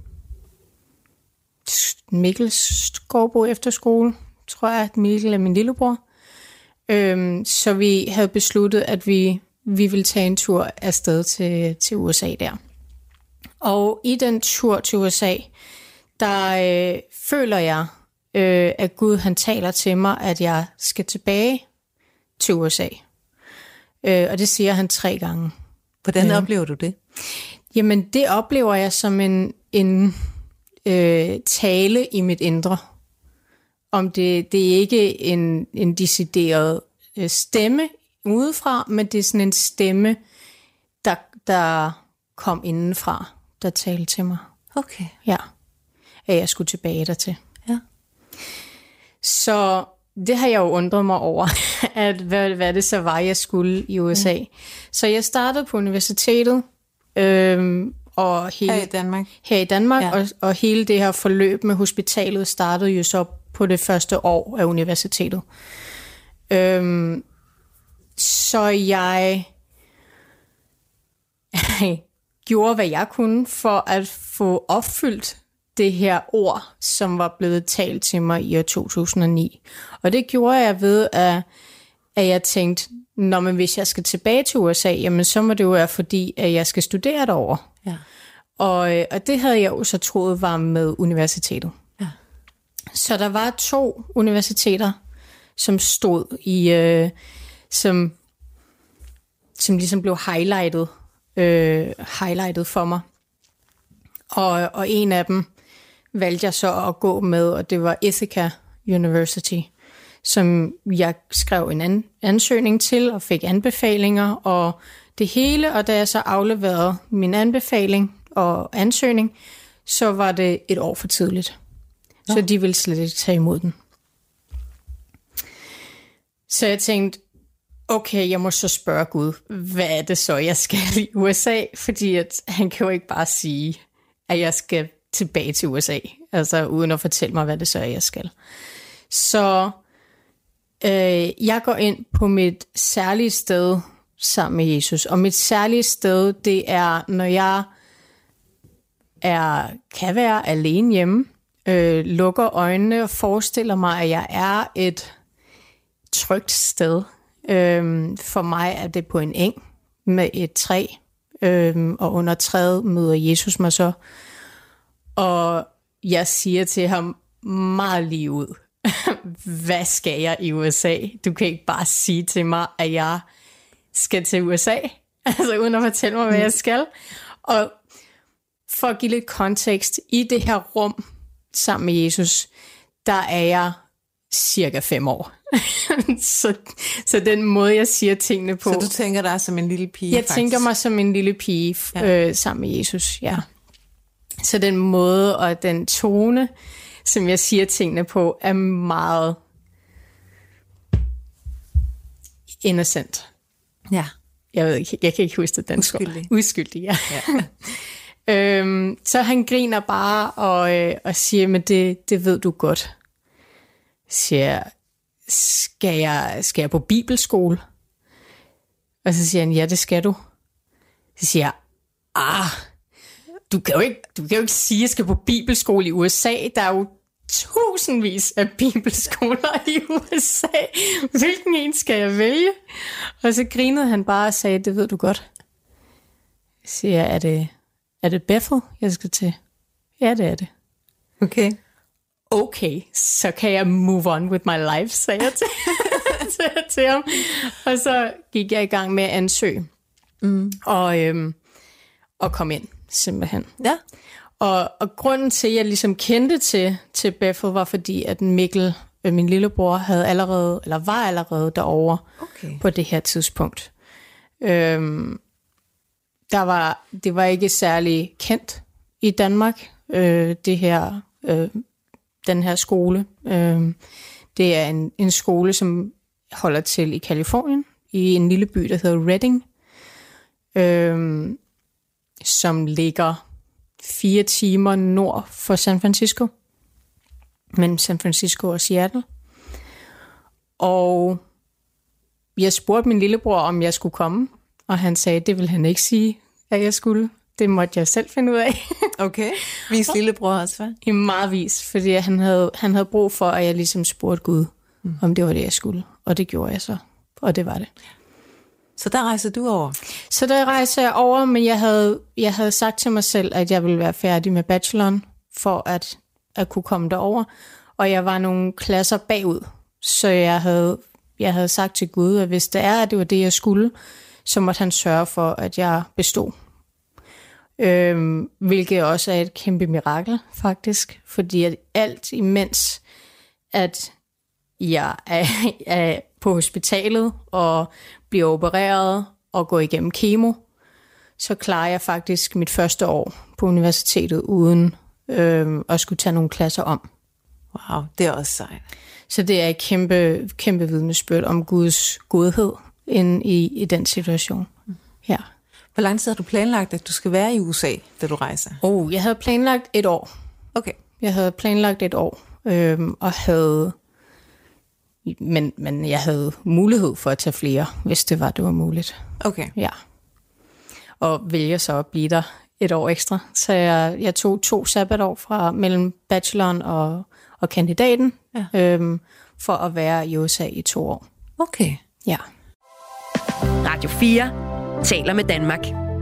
Mikkels Skovbo efterskole, tror jeg, at Mikkel er min lillebror. Så vi havde besluttet, at vi ville tage en tur afsted til USA der. Og i den tur til USA, der føler jeg, at Gud han taler til mig, at jeg skal tilbage til USA. Og det siger han 3 gange. Hvordan oplever du det? Jamen, det oplever jeg som en tale i mit indre. Om det er ikke en decideret stemme udefra, men det er sådan en stemme, der kom indenfra, der talte til mig. Okay. Ja, at jeg skulle tilbage dertil. Ja. Så det har jeg jo undret mig over, at hvad det så var, jeg skulle i USA. Ja. Så jeg startede på universitetet, og her i Danmark, ja. og hele det her forløb med hospitalet startede jo så på det første år af universitetet. Så jeg gjorde, hvad jeg kunne for at få opfyldt det her ord, som var blevet talt til mig i år 2009. Og det gjorde jeg ved, at jeg tænkte, men hvis jeg skal tilbage til USA, jamen så må det jo være fordi, at jeg skal studere derovre. Ja. Og det havde jeg jo så troet var med universitetet. Ja. Så der var 2 universiteter, som stod i, som ligesom blev highlightet for mig. Og en af dem valgte jeg så at gå med, og det var Ithaca University, som jeg skrev en ansøgning til og fik anbefalinger og det hele. Og da jeg så afleverede min anbefaling og ansøgning, så var det 1 år for tidligt. Så de ville slet ikke tage imod den. Så jeg tænkte, okay, jeg må så spørge Gud, hvad er det så, jeg skal i USA? Fordi at han kan jo ikke bare sige, at jeg skal tilbage til USA, altså uden at fortælle mig, hvad det så er, jeg skal. Så jeg går ind på mit særlige sted sammen med Jesus, og mit særlige sted, det er, når jeg kan være alene hjemme, lukker øjnene og forestiller mig, at jeg er et trygt sted. For mig er det på en eng med et træ, og under træet møder Jesus mig så. Og jeg siger til ham meget lige ud, hvad skal jeg i USA? Du kan ikke bare sige til mig, at jeg skal til USA, altså uden at fortælle mig, hvad jeg skal. Og for at give lidt kontekst, i det her rum sammen med Jesus, der er jeg cirka 5 år. så den måde, jeg siger tingene på... Så du tænker dig som en lille pige, Jeg tænker mig som en lille pige sammen med Jesus, ja. Så den måde og den tone, som jeg siger tingene på, er meget innocent. Ja. Jeg ved ikke, jeg kan ikke huske det dansk. Uskyldig, ja. Så han griner bare og siger, men det ved du godt. Siger, skal jeg på bibelskole? Og så siger han, ja, det skal du. Så siger jeg, du kan jo ikke sige, at jeg skal på bibelskole i USA. Der er jo tusindvis af bibelskoler i USA. Hvilken en skal jeg vælge? Og så grinede han bare og sagde, det ved du godt. Så siger jeg, er det Bethel, jeg skal til? Ja, det er det. Okay, så kan jeg move on with my life, sagde jeg til ham. Og så gik jeg i gang med at ansøge. Og kom ind, simpelthen. Ja. Og grunden til, at jeg ligesom kendte til Bethel, var fordi, at Mikkel, min lillebror, var allerede derovre på det her tidspunkt. Det var ikke særlig kendt i Danmark, den her skole. Det er en skole, som holder til i Californien, i en lille by, der hedder Redding, som ligger 4 timer nord for San Francisco, mellem San Francisco og Seattle. Og jeg spurgte min lillebror, om jeg skulle komme, og han sagde, det ville han ikke sige, at jeg skulle. Det måtte jeg selv finde ud af. Okay. Vis lillebror også, hvad? I meget vis, fordi han havde brug for, at jeg ligesom spurgte Gud, om det var det, jeg skulle. Og det gjorde jeg så, og det var det. Så der rejser du over? Så der rejser jeg over, men jeg havde sagt til mig selv, at jeg ville være færdig med bacheloren, for at kunne komme derover. Og jeg var nogle klasser bagud, så jeg havde sagt til Gud, at hvis det var det, jeg skulle, så måtte han sørge for, at jeg bestod. Hvilket også er et kæmpe mirakel, faktisk. Fordi at alt imens, at jeg er på hospitalet og bliver opereret og går igennem kemo, så klarer jeg faktisk mit første år på universitetet uden at skulle tage nogle klasser om. Wow, det er også sejt. Så det er et kæmpe, kæmpe vidnesbyrd om Guds godhed i den situation. Ja. Hvor lang tid har du planlagt, at du skal være i USA, da du rejser? Jeg havde planlagt 1 år. Okay. Jeg havde planlagt 1 år, og havde... Men jeg havde mulighed for at tage flere, hvis det var muligt. Okay. Ja. Og vælger så at blive der 1 år ekstra. Så jeg tog 2 sabbatår fra mellem bacheloren og kandidaten, for at være i USA i 2 år. Okay. Ja. Radio 4 taler med Danmark.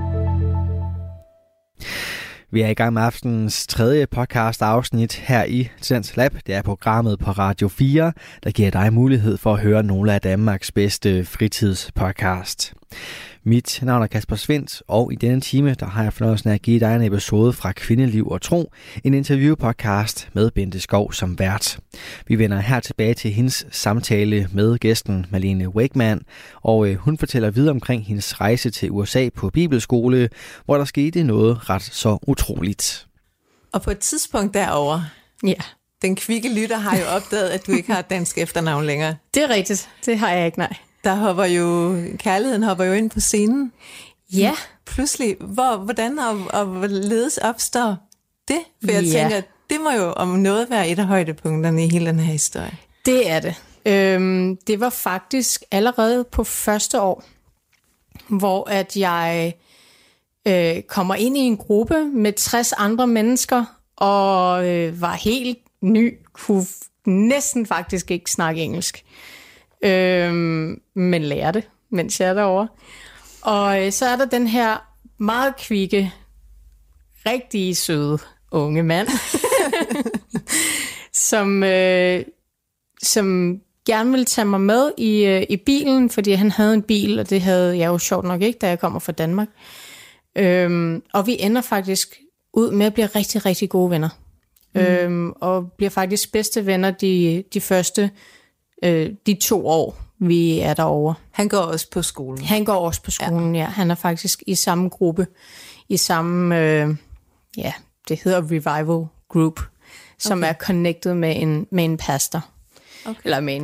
Vi er i gang med aftenens 3. podcast afsnit her i Tidens Lab. Det er programmet på Radio 4, der giver dig mulighed for at høre nogle af Danmarks bedste fritidspodcast. Mit navn er Kasper Svindt, og i denne time der har jeg fornøjelsen af at give dig en episode fra Kvindeliv og Tro, en interviewpodcast med Bente Skov som vært. Vi vender her tilbage til hendes samtale med gæsten Malene Wakeman, og hun fortæller videre omkring hendes rejse til USA på bibelskole, hvor der skete noget ret så utroligt. Og på et tidspunkt derovre, Den kvikke lytter har jo opdaget, at du ikke har et dansk efternavn længere. Det er rigtigt. Det har jeg ikke, nej. Kærligheden hopper jo ind på scenen. Ja. Pludselig, hvordan og hvorledes opstår det? For jeg tænker, det må jo om noget være et af højdepunkterne i hele den her historie. Det er det. Det var faktisk allerede på første år, hvor at jeg kommer ind i en gruppe med 60 andre mennesker, og var helt ny, kunne næsten faktisk ikke snakke engelsk, men lærte, mens jeg er derovre. Og så er der den her meget kvikke, rigtig søde unge mand, som gerne ville tage mig med i bilen, fordi han havde en bil, og det havde jeg jo sjovt nok ikke, da jeg kommer fra Danmark. Og vi ender faktisk ud med at blive rigtig, rigtig gode venner. Og bliver faktisk bedste venner de første de 2 år, vi er derovre. Han går også på skolen. Han går også på skolen, ja. Han er faktisk i samme gruppe, i samme, det hedder Revival Group, som er connected med en pastor. Okay. Eller med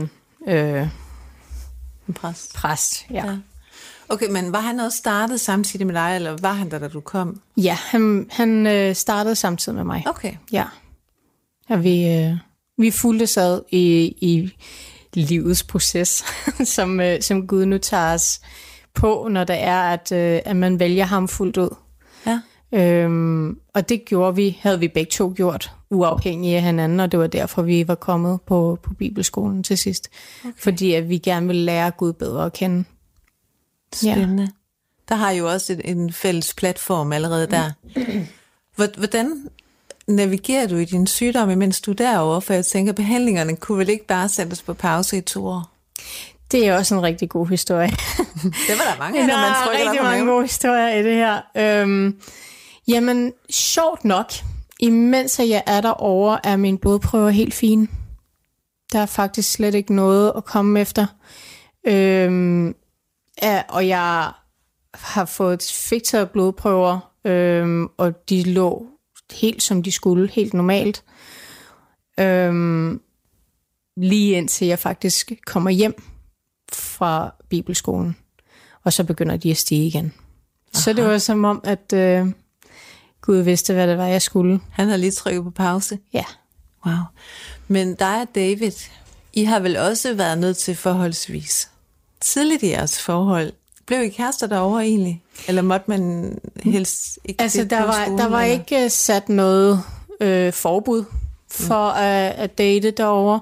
en præst. Præst, ja. Okay, men var han også startet samtidig med dig, eller var han der, da du kom? Ja, han startede samtidig med mig. Okay. Ja. Og vi fulgtes ad i livets proces, som Gud nu tager os på, når det er, at man vælger ham fuldt ud. Ja. Og det havde vi begge to gjort, uafhængige af hinanden, og det var derfor, vi var kommet på bibelskolen til sidst. Okay. Fordi at vi gerne ville lære Gud bedre at kende. Spændende. Ja. Der har jo også en fælles platform allerede der. Hvordan navigerer du i din sygdom, mens du er derovre? For jeg tænker, behandlingerne kunne vel ikke bare sættes på pause i 2 år? Det er også en rigtig god historie. Det var der mange af, når man trykker. Der er rigtig mange gode historier i det her. Jamen, sjovt nok, imens jeg er derovre, er mine blodprøver helt fine. Der er faktisk slet ikke noget at komme efter. Og jeg har fik taget blodprøver, og de lå helt som de skulle, helt normalt. Lige indtil jeg faktisk kommer hjem fra bibelskolen, og så begynder de at stige igen. Aha. Så det var som om, at Gud vidste, hvad det var, jeg skulle. Han har lige trykket på pause? Ja. Wow. Men dig og David, I har vel også været nødt til forholdsvis tidligt i jeres forhold. Blev I kærester derovre egentlig? Eller måtte man helst ikke? Altså, der var ikke sat noget forbud for at date derovre.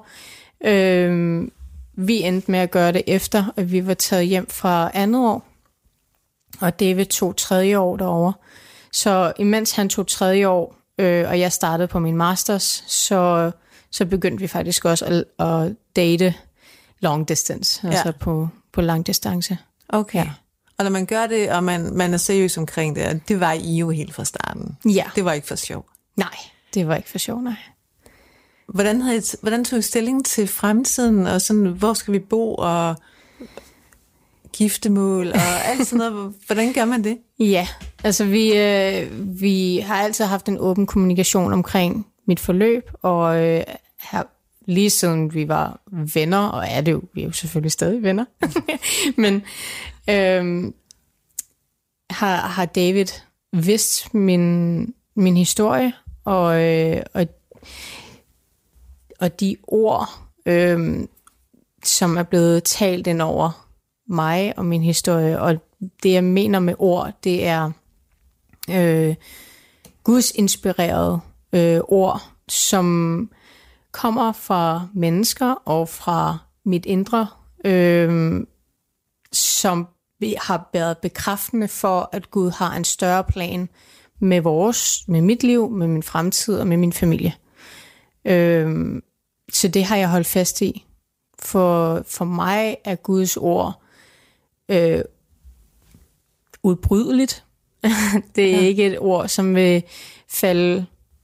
Vi endte med at gøre det efter, at vi var taget hjem fra 2. år. Og David tog 3. år derovre. Så imens han tog 3. år, og jeg startede på min masters, så begyndte vi faktisk også at date long distance, altså på lang distance. Okay. Ja. Og når man gør det, og man er seriøs omkring det, og det var I jo helt fra starten. Ja. Det var ikke for sjov. Nej, det var ikke for sjov, nej. Hvordan tog I stilling til fremtiden, og sådan, hvor skal vi bo, og giftemål, og alt sådan noget? Hvordan gør man det? Ja, altså vi har altid haft en åben kommunikation omkring mit forløb, og lige siden vi var venner, og vi er jo selvfølgelig stadig venner, men har David vidst min historie, og de ord, som er blevet talt ind over mig og min historie, og det jeg mener med ord, det er Guds inspirerede ord, som kommer fra mennesker og fra mit indre, som har været bekræftende for, at Gud har en større plan med mit liv, med min fremtid og med min familie. Så det har jeg holdt fast i. For mig er Guds ord udbrydeligt. Det er ikke et ord, som vil falde...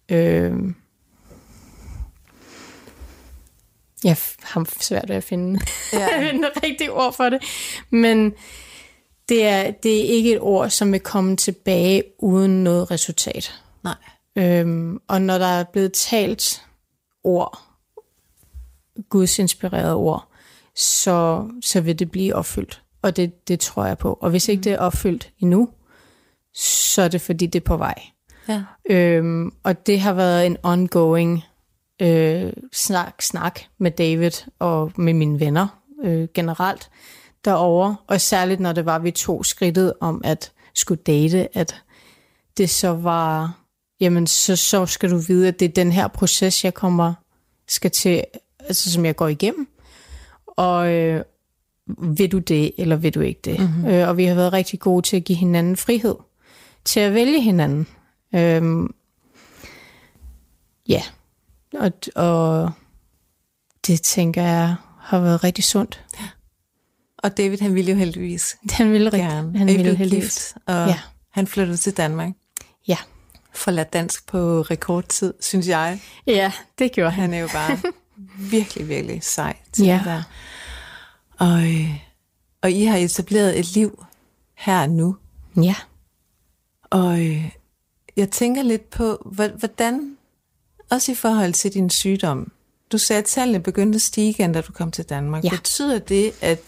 Jeg har svært ved at finde det rigtige ord for det. Men det er ikke et ord, som vil komme tilbage uden noget resultat. Nej. Og når der er blevet talt ord, Guds inspirerede ord, så vil det blive opfyldt. Og det tror jeg på. Og hvis ikke det er opfyldt endnu, så er det fordi, det er på vej. Ja. Og det har været en ongoing snak med David og med mine venner generelt derovre. Og særligt når det var, vi tog skridtet om at skulle date, at det så var, jamen så skal du vide, at det er den her proces, jeg skal til, altså som jeg går igennem. Og vil du det, eller vil du ikke det? Mm-hmm. Og vi har været rigtig gode til at give hinanden frihed, til at vælge hinanden. Ja, og det tænker jeg har været rigtig sundt. Ja. Og David, han ville jo heldigvis. Han ville gerne. Han ville heldigvis. Og han flyttede til Danmark. Ja. Forladt dansk på rekordtid, synes jeg. Ja, det gjorde han. Han er jo bare virkelig, virkelig sej til det der. Og I har etableret et liv her nu. Ja. Og jeg tænker lidt på, hvordan, også i forhold til din sygdom, du sagde, at tallene begyndte at stige igen, da du kom til Danmark. Ja. Betyder det,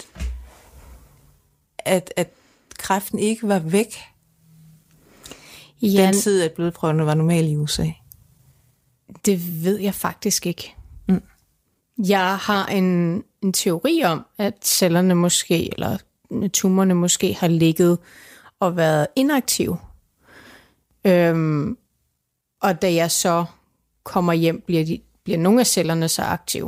at kræften ikke var væk, den tid, at blodprøverne var normale i USA? Det ved jeg faktisk ikke. Mm. Jeg har en teori om, at cellerne måske, eller tumorerne måske har ligget og været inaktive. Og da jeg så kommer hjem, bliver nogle af cellerne så aktive.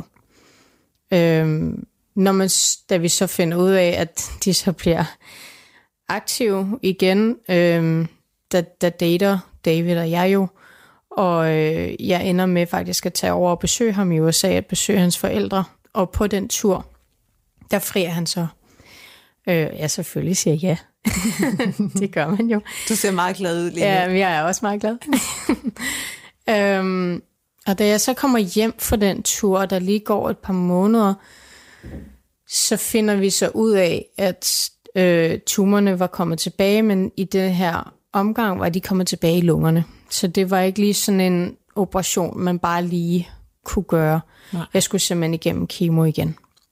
Da vi så finder ud af, at de så bliver aktive igen, der dater David og jeg jo, og jeg ender med faktisk at tage over og besøge ham i USA, at besøge hans forældre, og på den tur, der frier han så. Jeg selvfølgelig siger ja. Det gør man jo. Du ser meget glad ud lige nu. Ja, jeg er også meget glad. Og da jeg så kommer hjem fra den tur, og der lige går et par måneder, så finder vi så ud af, at tumorerne var kommet tilbage, men i den her omgang var de kommet tilbage i lungerne. Så det var ikke lige sådan en operation, man bare lige kunne gøre. Nej. Jeg skulle simpelthen igennem kemo igen.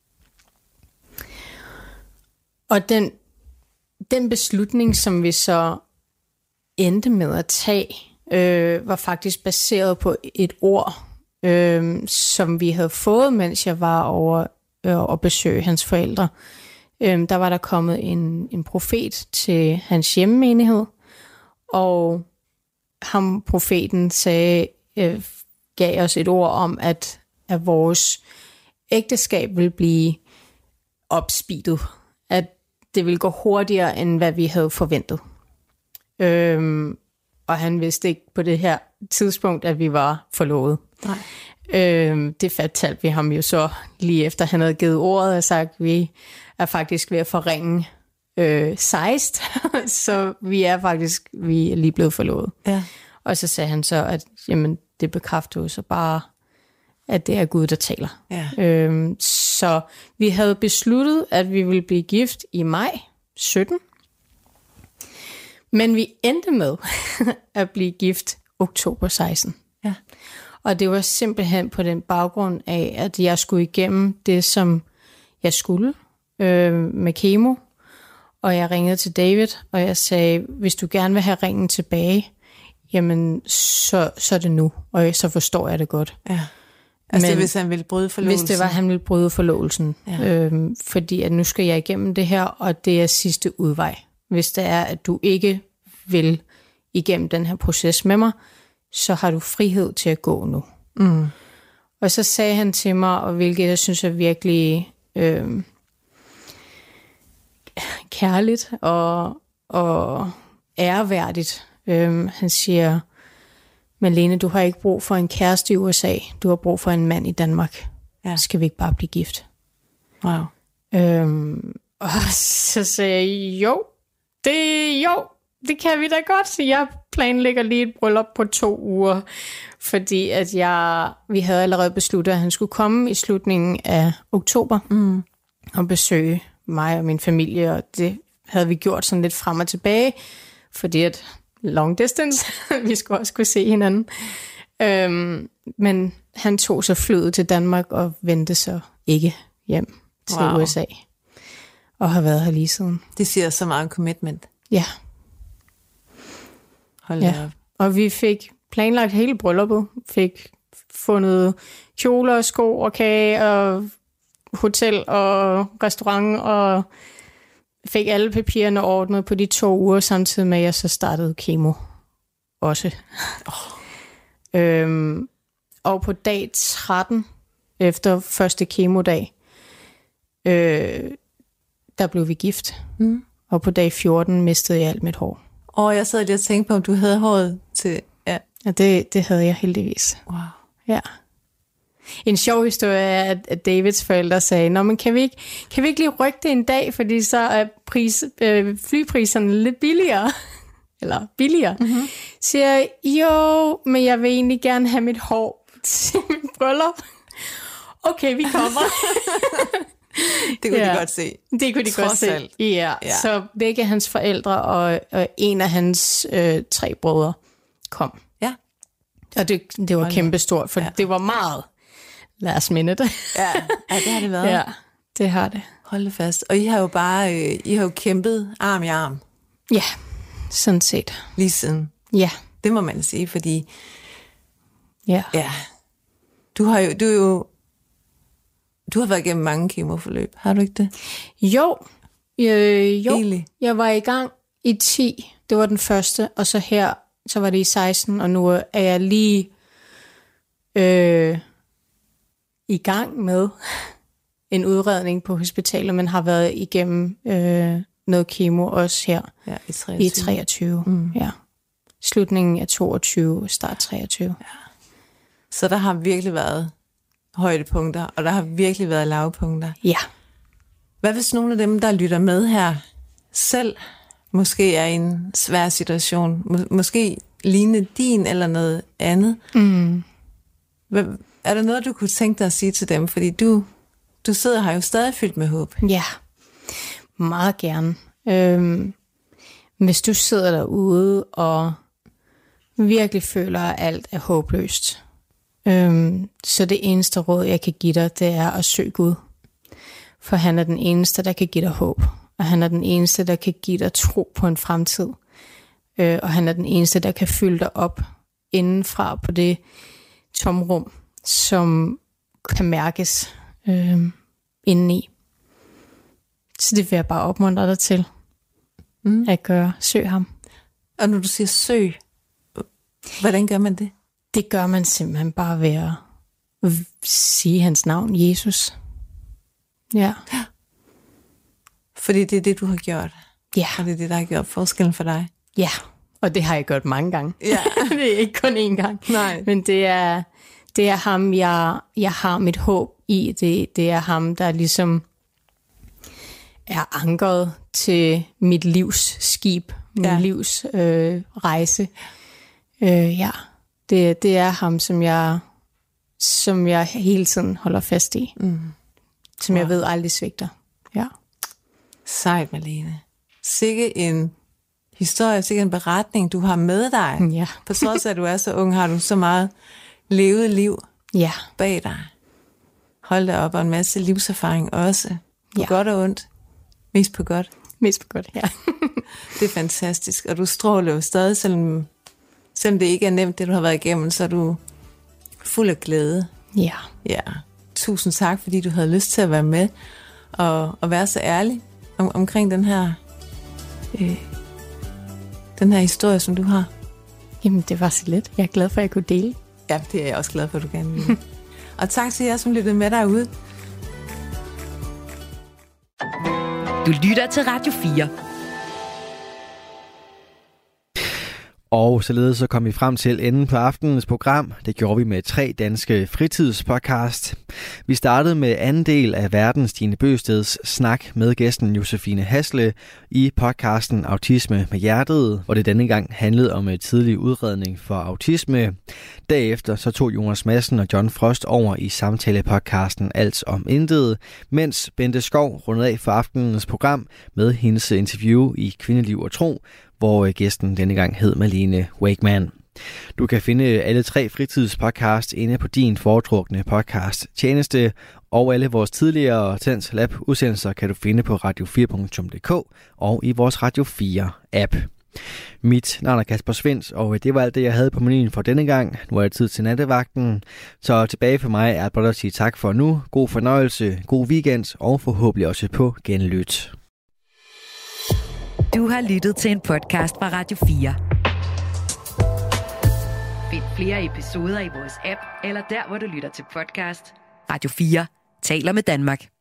Og den beslutning, som vi så endte med at tage, var faktisk baseret på et ord, som vi havde fået, mens jeg var over og besøge hans forældre. Der var der kommet en profet til hans hjemmenighed, og ham profeten gav os et ord om, at vores ægteskab ville blive opspeedet. At det ville gå hurtigere, end hvad vi havde forventet. Og han vidste ikke på det her tidspunkt, at vi var forlovet. Nej. Det fortalte vi ham jo så lige efter han havde givet ordet og sagt, at vi er faktisk ved at forringe 16, så vi er lige blevet forlovet. Ja. Og så sagde han så, at jamen, det bekræfter jo så bare, at det er Gud, der taler. Ja. Så vi havde besluttet, at vi ville blive gift i maj 17. Men vi endte med at blive gift oktober 16. Ja. Og det var simpelthen på den baggrund af, at jeg skulle igennem det, som jeg skulle med kemo. Og jeg ringede til David, og jeg sagde, hvis du gerne vil have ringen tilbage, jamen så er det nu. Og så forstår jeg det godt. Ja. Altså men, hvis han ville bryde forlovelsen? Hvis det var, han ville bryde forlovelsen. Ja. Fordi at nu skal jeg igennem det her, og det er sidste udvej. Hvis det er, at du ikke vil igennem den her proces med mig, så har du frihed til at gå nu. Mm. Og så sagde han til mig, og hvilket jeg synes er virkelig kærligt og æreværdigt. Han siger, Malene, du har ikke brug for en kæreste i USA, du har brug for en mand i Danmark. Ja. Skal vi ikke bare blive gift? Wow. Og så sagde jeg, jo, det kan vi da godt. Jeg planlægger lige et bryllup på 2 uger, fordi at vi havde allerede besluttet, at han skulle komme i slutningen af oktober og besøge mig og min familie, og det havde vi gjort sådan lidt frem og tilbage, fordi at long distance, vi skulle også kunne se hinanden. Men han tog så flyet til Danmark og vendte så ikke hjem til USA. Og har været her lige siden. Det siger så meget commitment. Ja. Hold da op. Og vi fik planlagt hele brylluppet. Fik fundet kjoler, sko og kage og hotel og restaurant og fik alle papirerne ordnet på de 2 uger, samtidig med at jeg så startede kemo også. Og på dag 13, efter første kemodag, der blev vi gift. Og på dag 14 mistede jeg alt mit hår. Jeg sad lige og tænkte på, om du havde håret til... Ja, det havde jeg heldigvis. Wow. Ja. En sjov historie er, at Davids forældre sagde, nå, men kan vi ikke lige rykke det en dag, fordi så er flypriserne lidt billigere. Eller billigere. Mm-hmm. Siger jeg, jo, men jeg vil egentlig gerne have mit hår til mit bryllup. Okay, vi kommer. Det kunne de godt se. Det kunne de godt se. Ja. Så begge hans forældre og en af hans 3 brødre kom. Ja. Og det var kæmpestort, for det var meget last minute. Ja, det har det været. Ja, det har det. Hold det fast. Og I har jo bare kæmpet arm i arm. Ja, sådan set. Lige siden. Ja. Det må man sige, fordi... Ja. Du har været igennem mange kemoforløb, har du ikke det? Jo. Egentlig. Jeg var i gang i 10. Det var den første, og så var det i 16, og nu er jeg lige i gang med en udredning på hospitalet, men har været igennem noget kemo også her i 23. Ja. Slutningen af 22, start 23. Ja. Så der har virkelig været højdepunkter, og der har virkelig været lavpunkter. Ja. Hvad hvis nogle af dem, der lytter med her, selv måske er i en svær situation, måske lignende din eller noget andet? Er der noget, du kunne tænke dig at sige til dem? Fordi du sidder her jo stadig fyldt med håb. Ja, meget gerne. Hvis du sidder derude og virkelig føler, at alt er håbløst, så det eneste råd, jeg kan give dig, det er at søge Gud. For han er den eneste, der kan give dig håb. Og han er den eneste, der kan give dig tro på en fremtid. Og han er den eneste, der kan fylde dig op indenfra på det tomrum, som kan mærkes indeni. Så det vil jeg bare opmuntre dig til at gøre. Søg ham. Og når du siger søg, hvordan gør man det? Det gør man simpelthen bare ved at sige hans navn, Jesus. Ja. Fordi det er det, du har gjort. Ja. Og det er det, der har gjort forskellen for dig. Ja, og det har jeg gjort mange gange. Ja. Det er ikke kun én gang. Nej. Men det er ham, jeg har mit håb i. Det er ham, der ligesom er ankeret til mit livs skib, mit livs rejse. Ja, det er ham, som jeg hele tiden holder fast i. Som jeg ved aldrig svigter. Ja. Sejt, Malene. Sikke en historie, sikke en beretning, du har med dig. Ja. På trods af, at du er så ung, har du så meget levet liv bag dig. Hold da op, og en masse livserfaring også. På godt og ondt. Mest på godt. Mest på godt, ja. Det er fantastisk, og du stråler jo stadig, selvom det ikke er nemt, det du har været igennem, så er du fuld af glæde. Ja. Ja. Tusind tak, fordi du havde lyst til at være med og være så ærlig omkring den her historie, som du har. Jamen, det var så lidt. Jeg er glad for, at jeg kunne dele. Ja, det er jeg også glad for, at du gerne vil. Og tak til jer, som lyttede med derude. Du lytter til Radio 4. Og således så kom vi frem til enden på aftenens program. Det gjorde vi med 3 danske fritidspodcast. Vi startede med anden del af Verdens Stine Bøgsteds snak med gæsten Josefine Hasle i podcasten Autisme med Hjertet, hvor det denne gang handlede om tidlig udredning for autisme. Derefter så tog Jonas Madsen og John Frost over i samtalepodcasten Alt om Intet, mens Bente Skov rundede af for aftenens program med hendes interview i Kvindeliv og Tro, hvor gæsten denne gang hed Malene Wakeman. Du kan finde alle 3 fritidspodcasts inde på din foretrukne podcast tjeneste, og alle vores tidligere Tens Lab udsendelser kan du finde på radio4.dk og i vores Radio 4 app. Mit navn er Kasper Svinds, og det var alt det, jeg havde på menuen for denne gang. Nu er det tid til nattevagten, så tilbage for mig er blot at sige tak for nu. God fornøjelse, god weekend og forhåbentlig også på genlyt. Du har lyttet til en podcast fra Radio 4. Find flere episoder i vores app, eller der, hvor du lytter til podcast. Radio 4 taler med Danmark.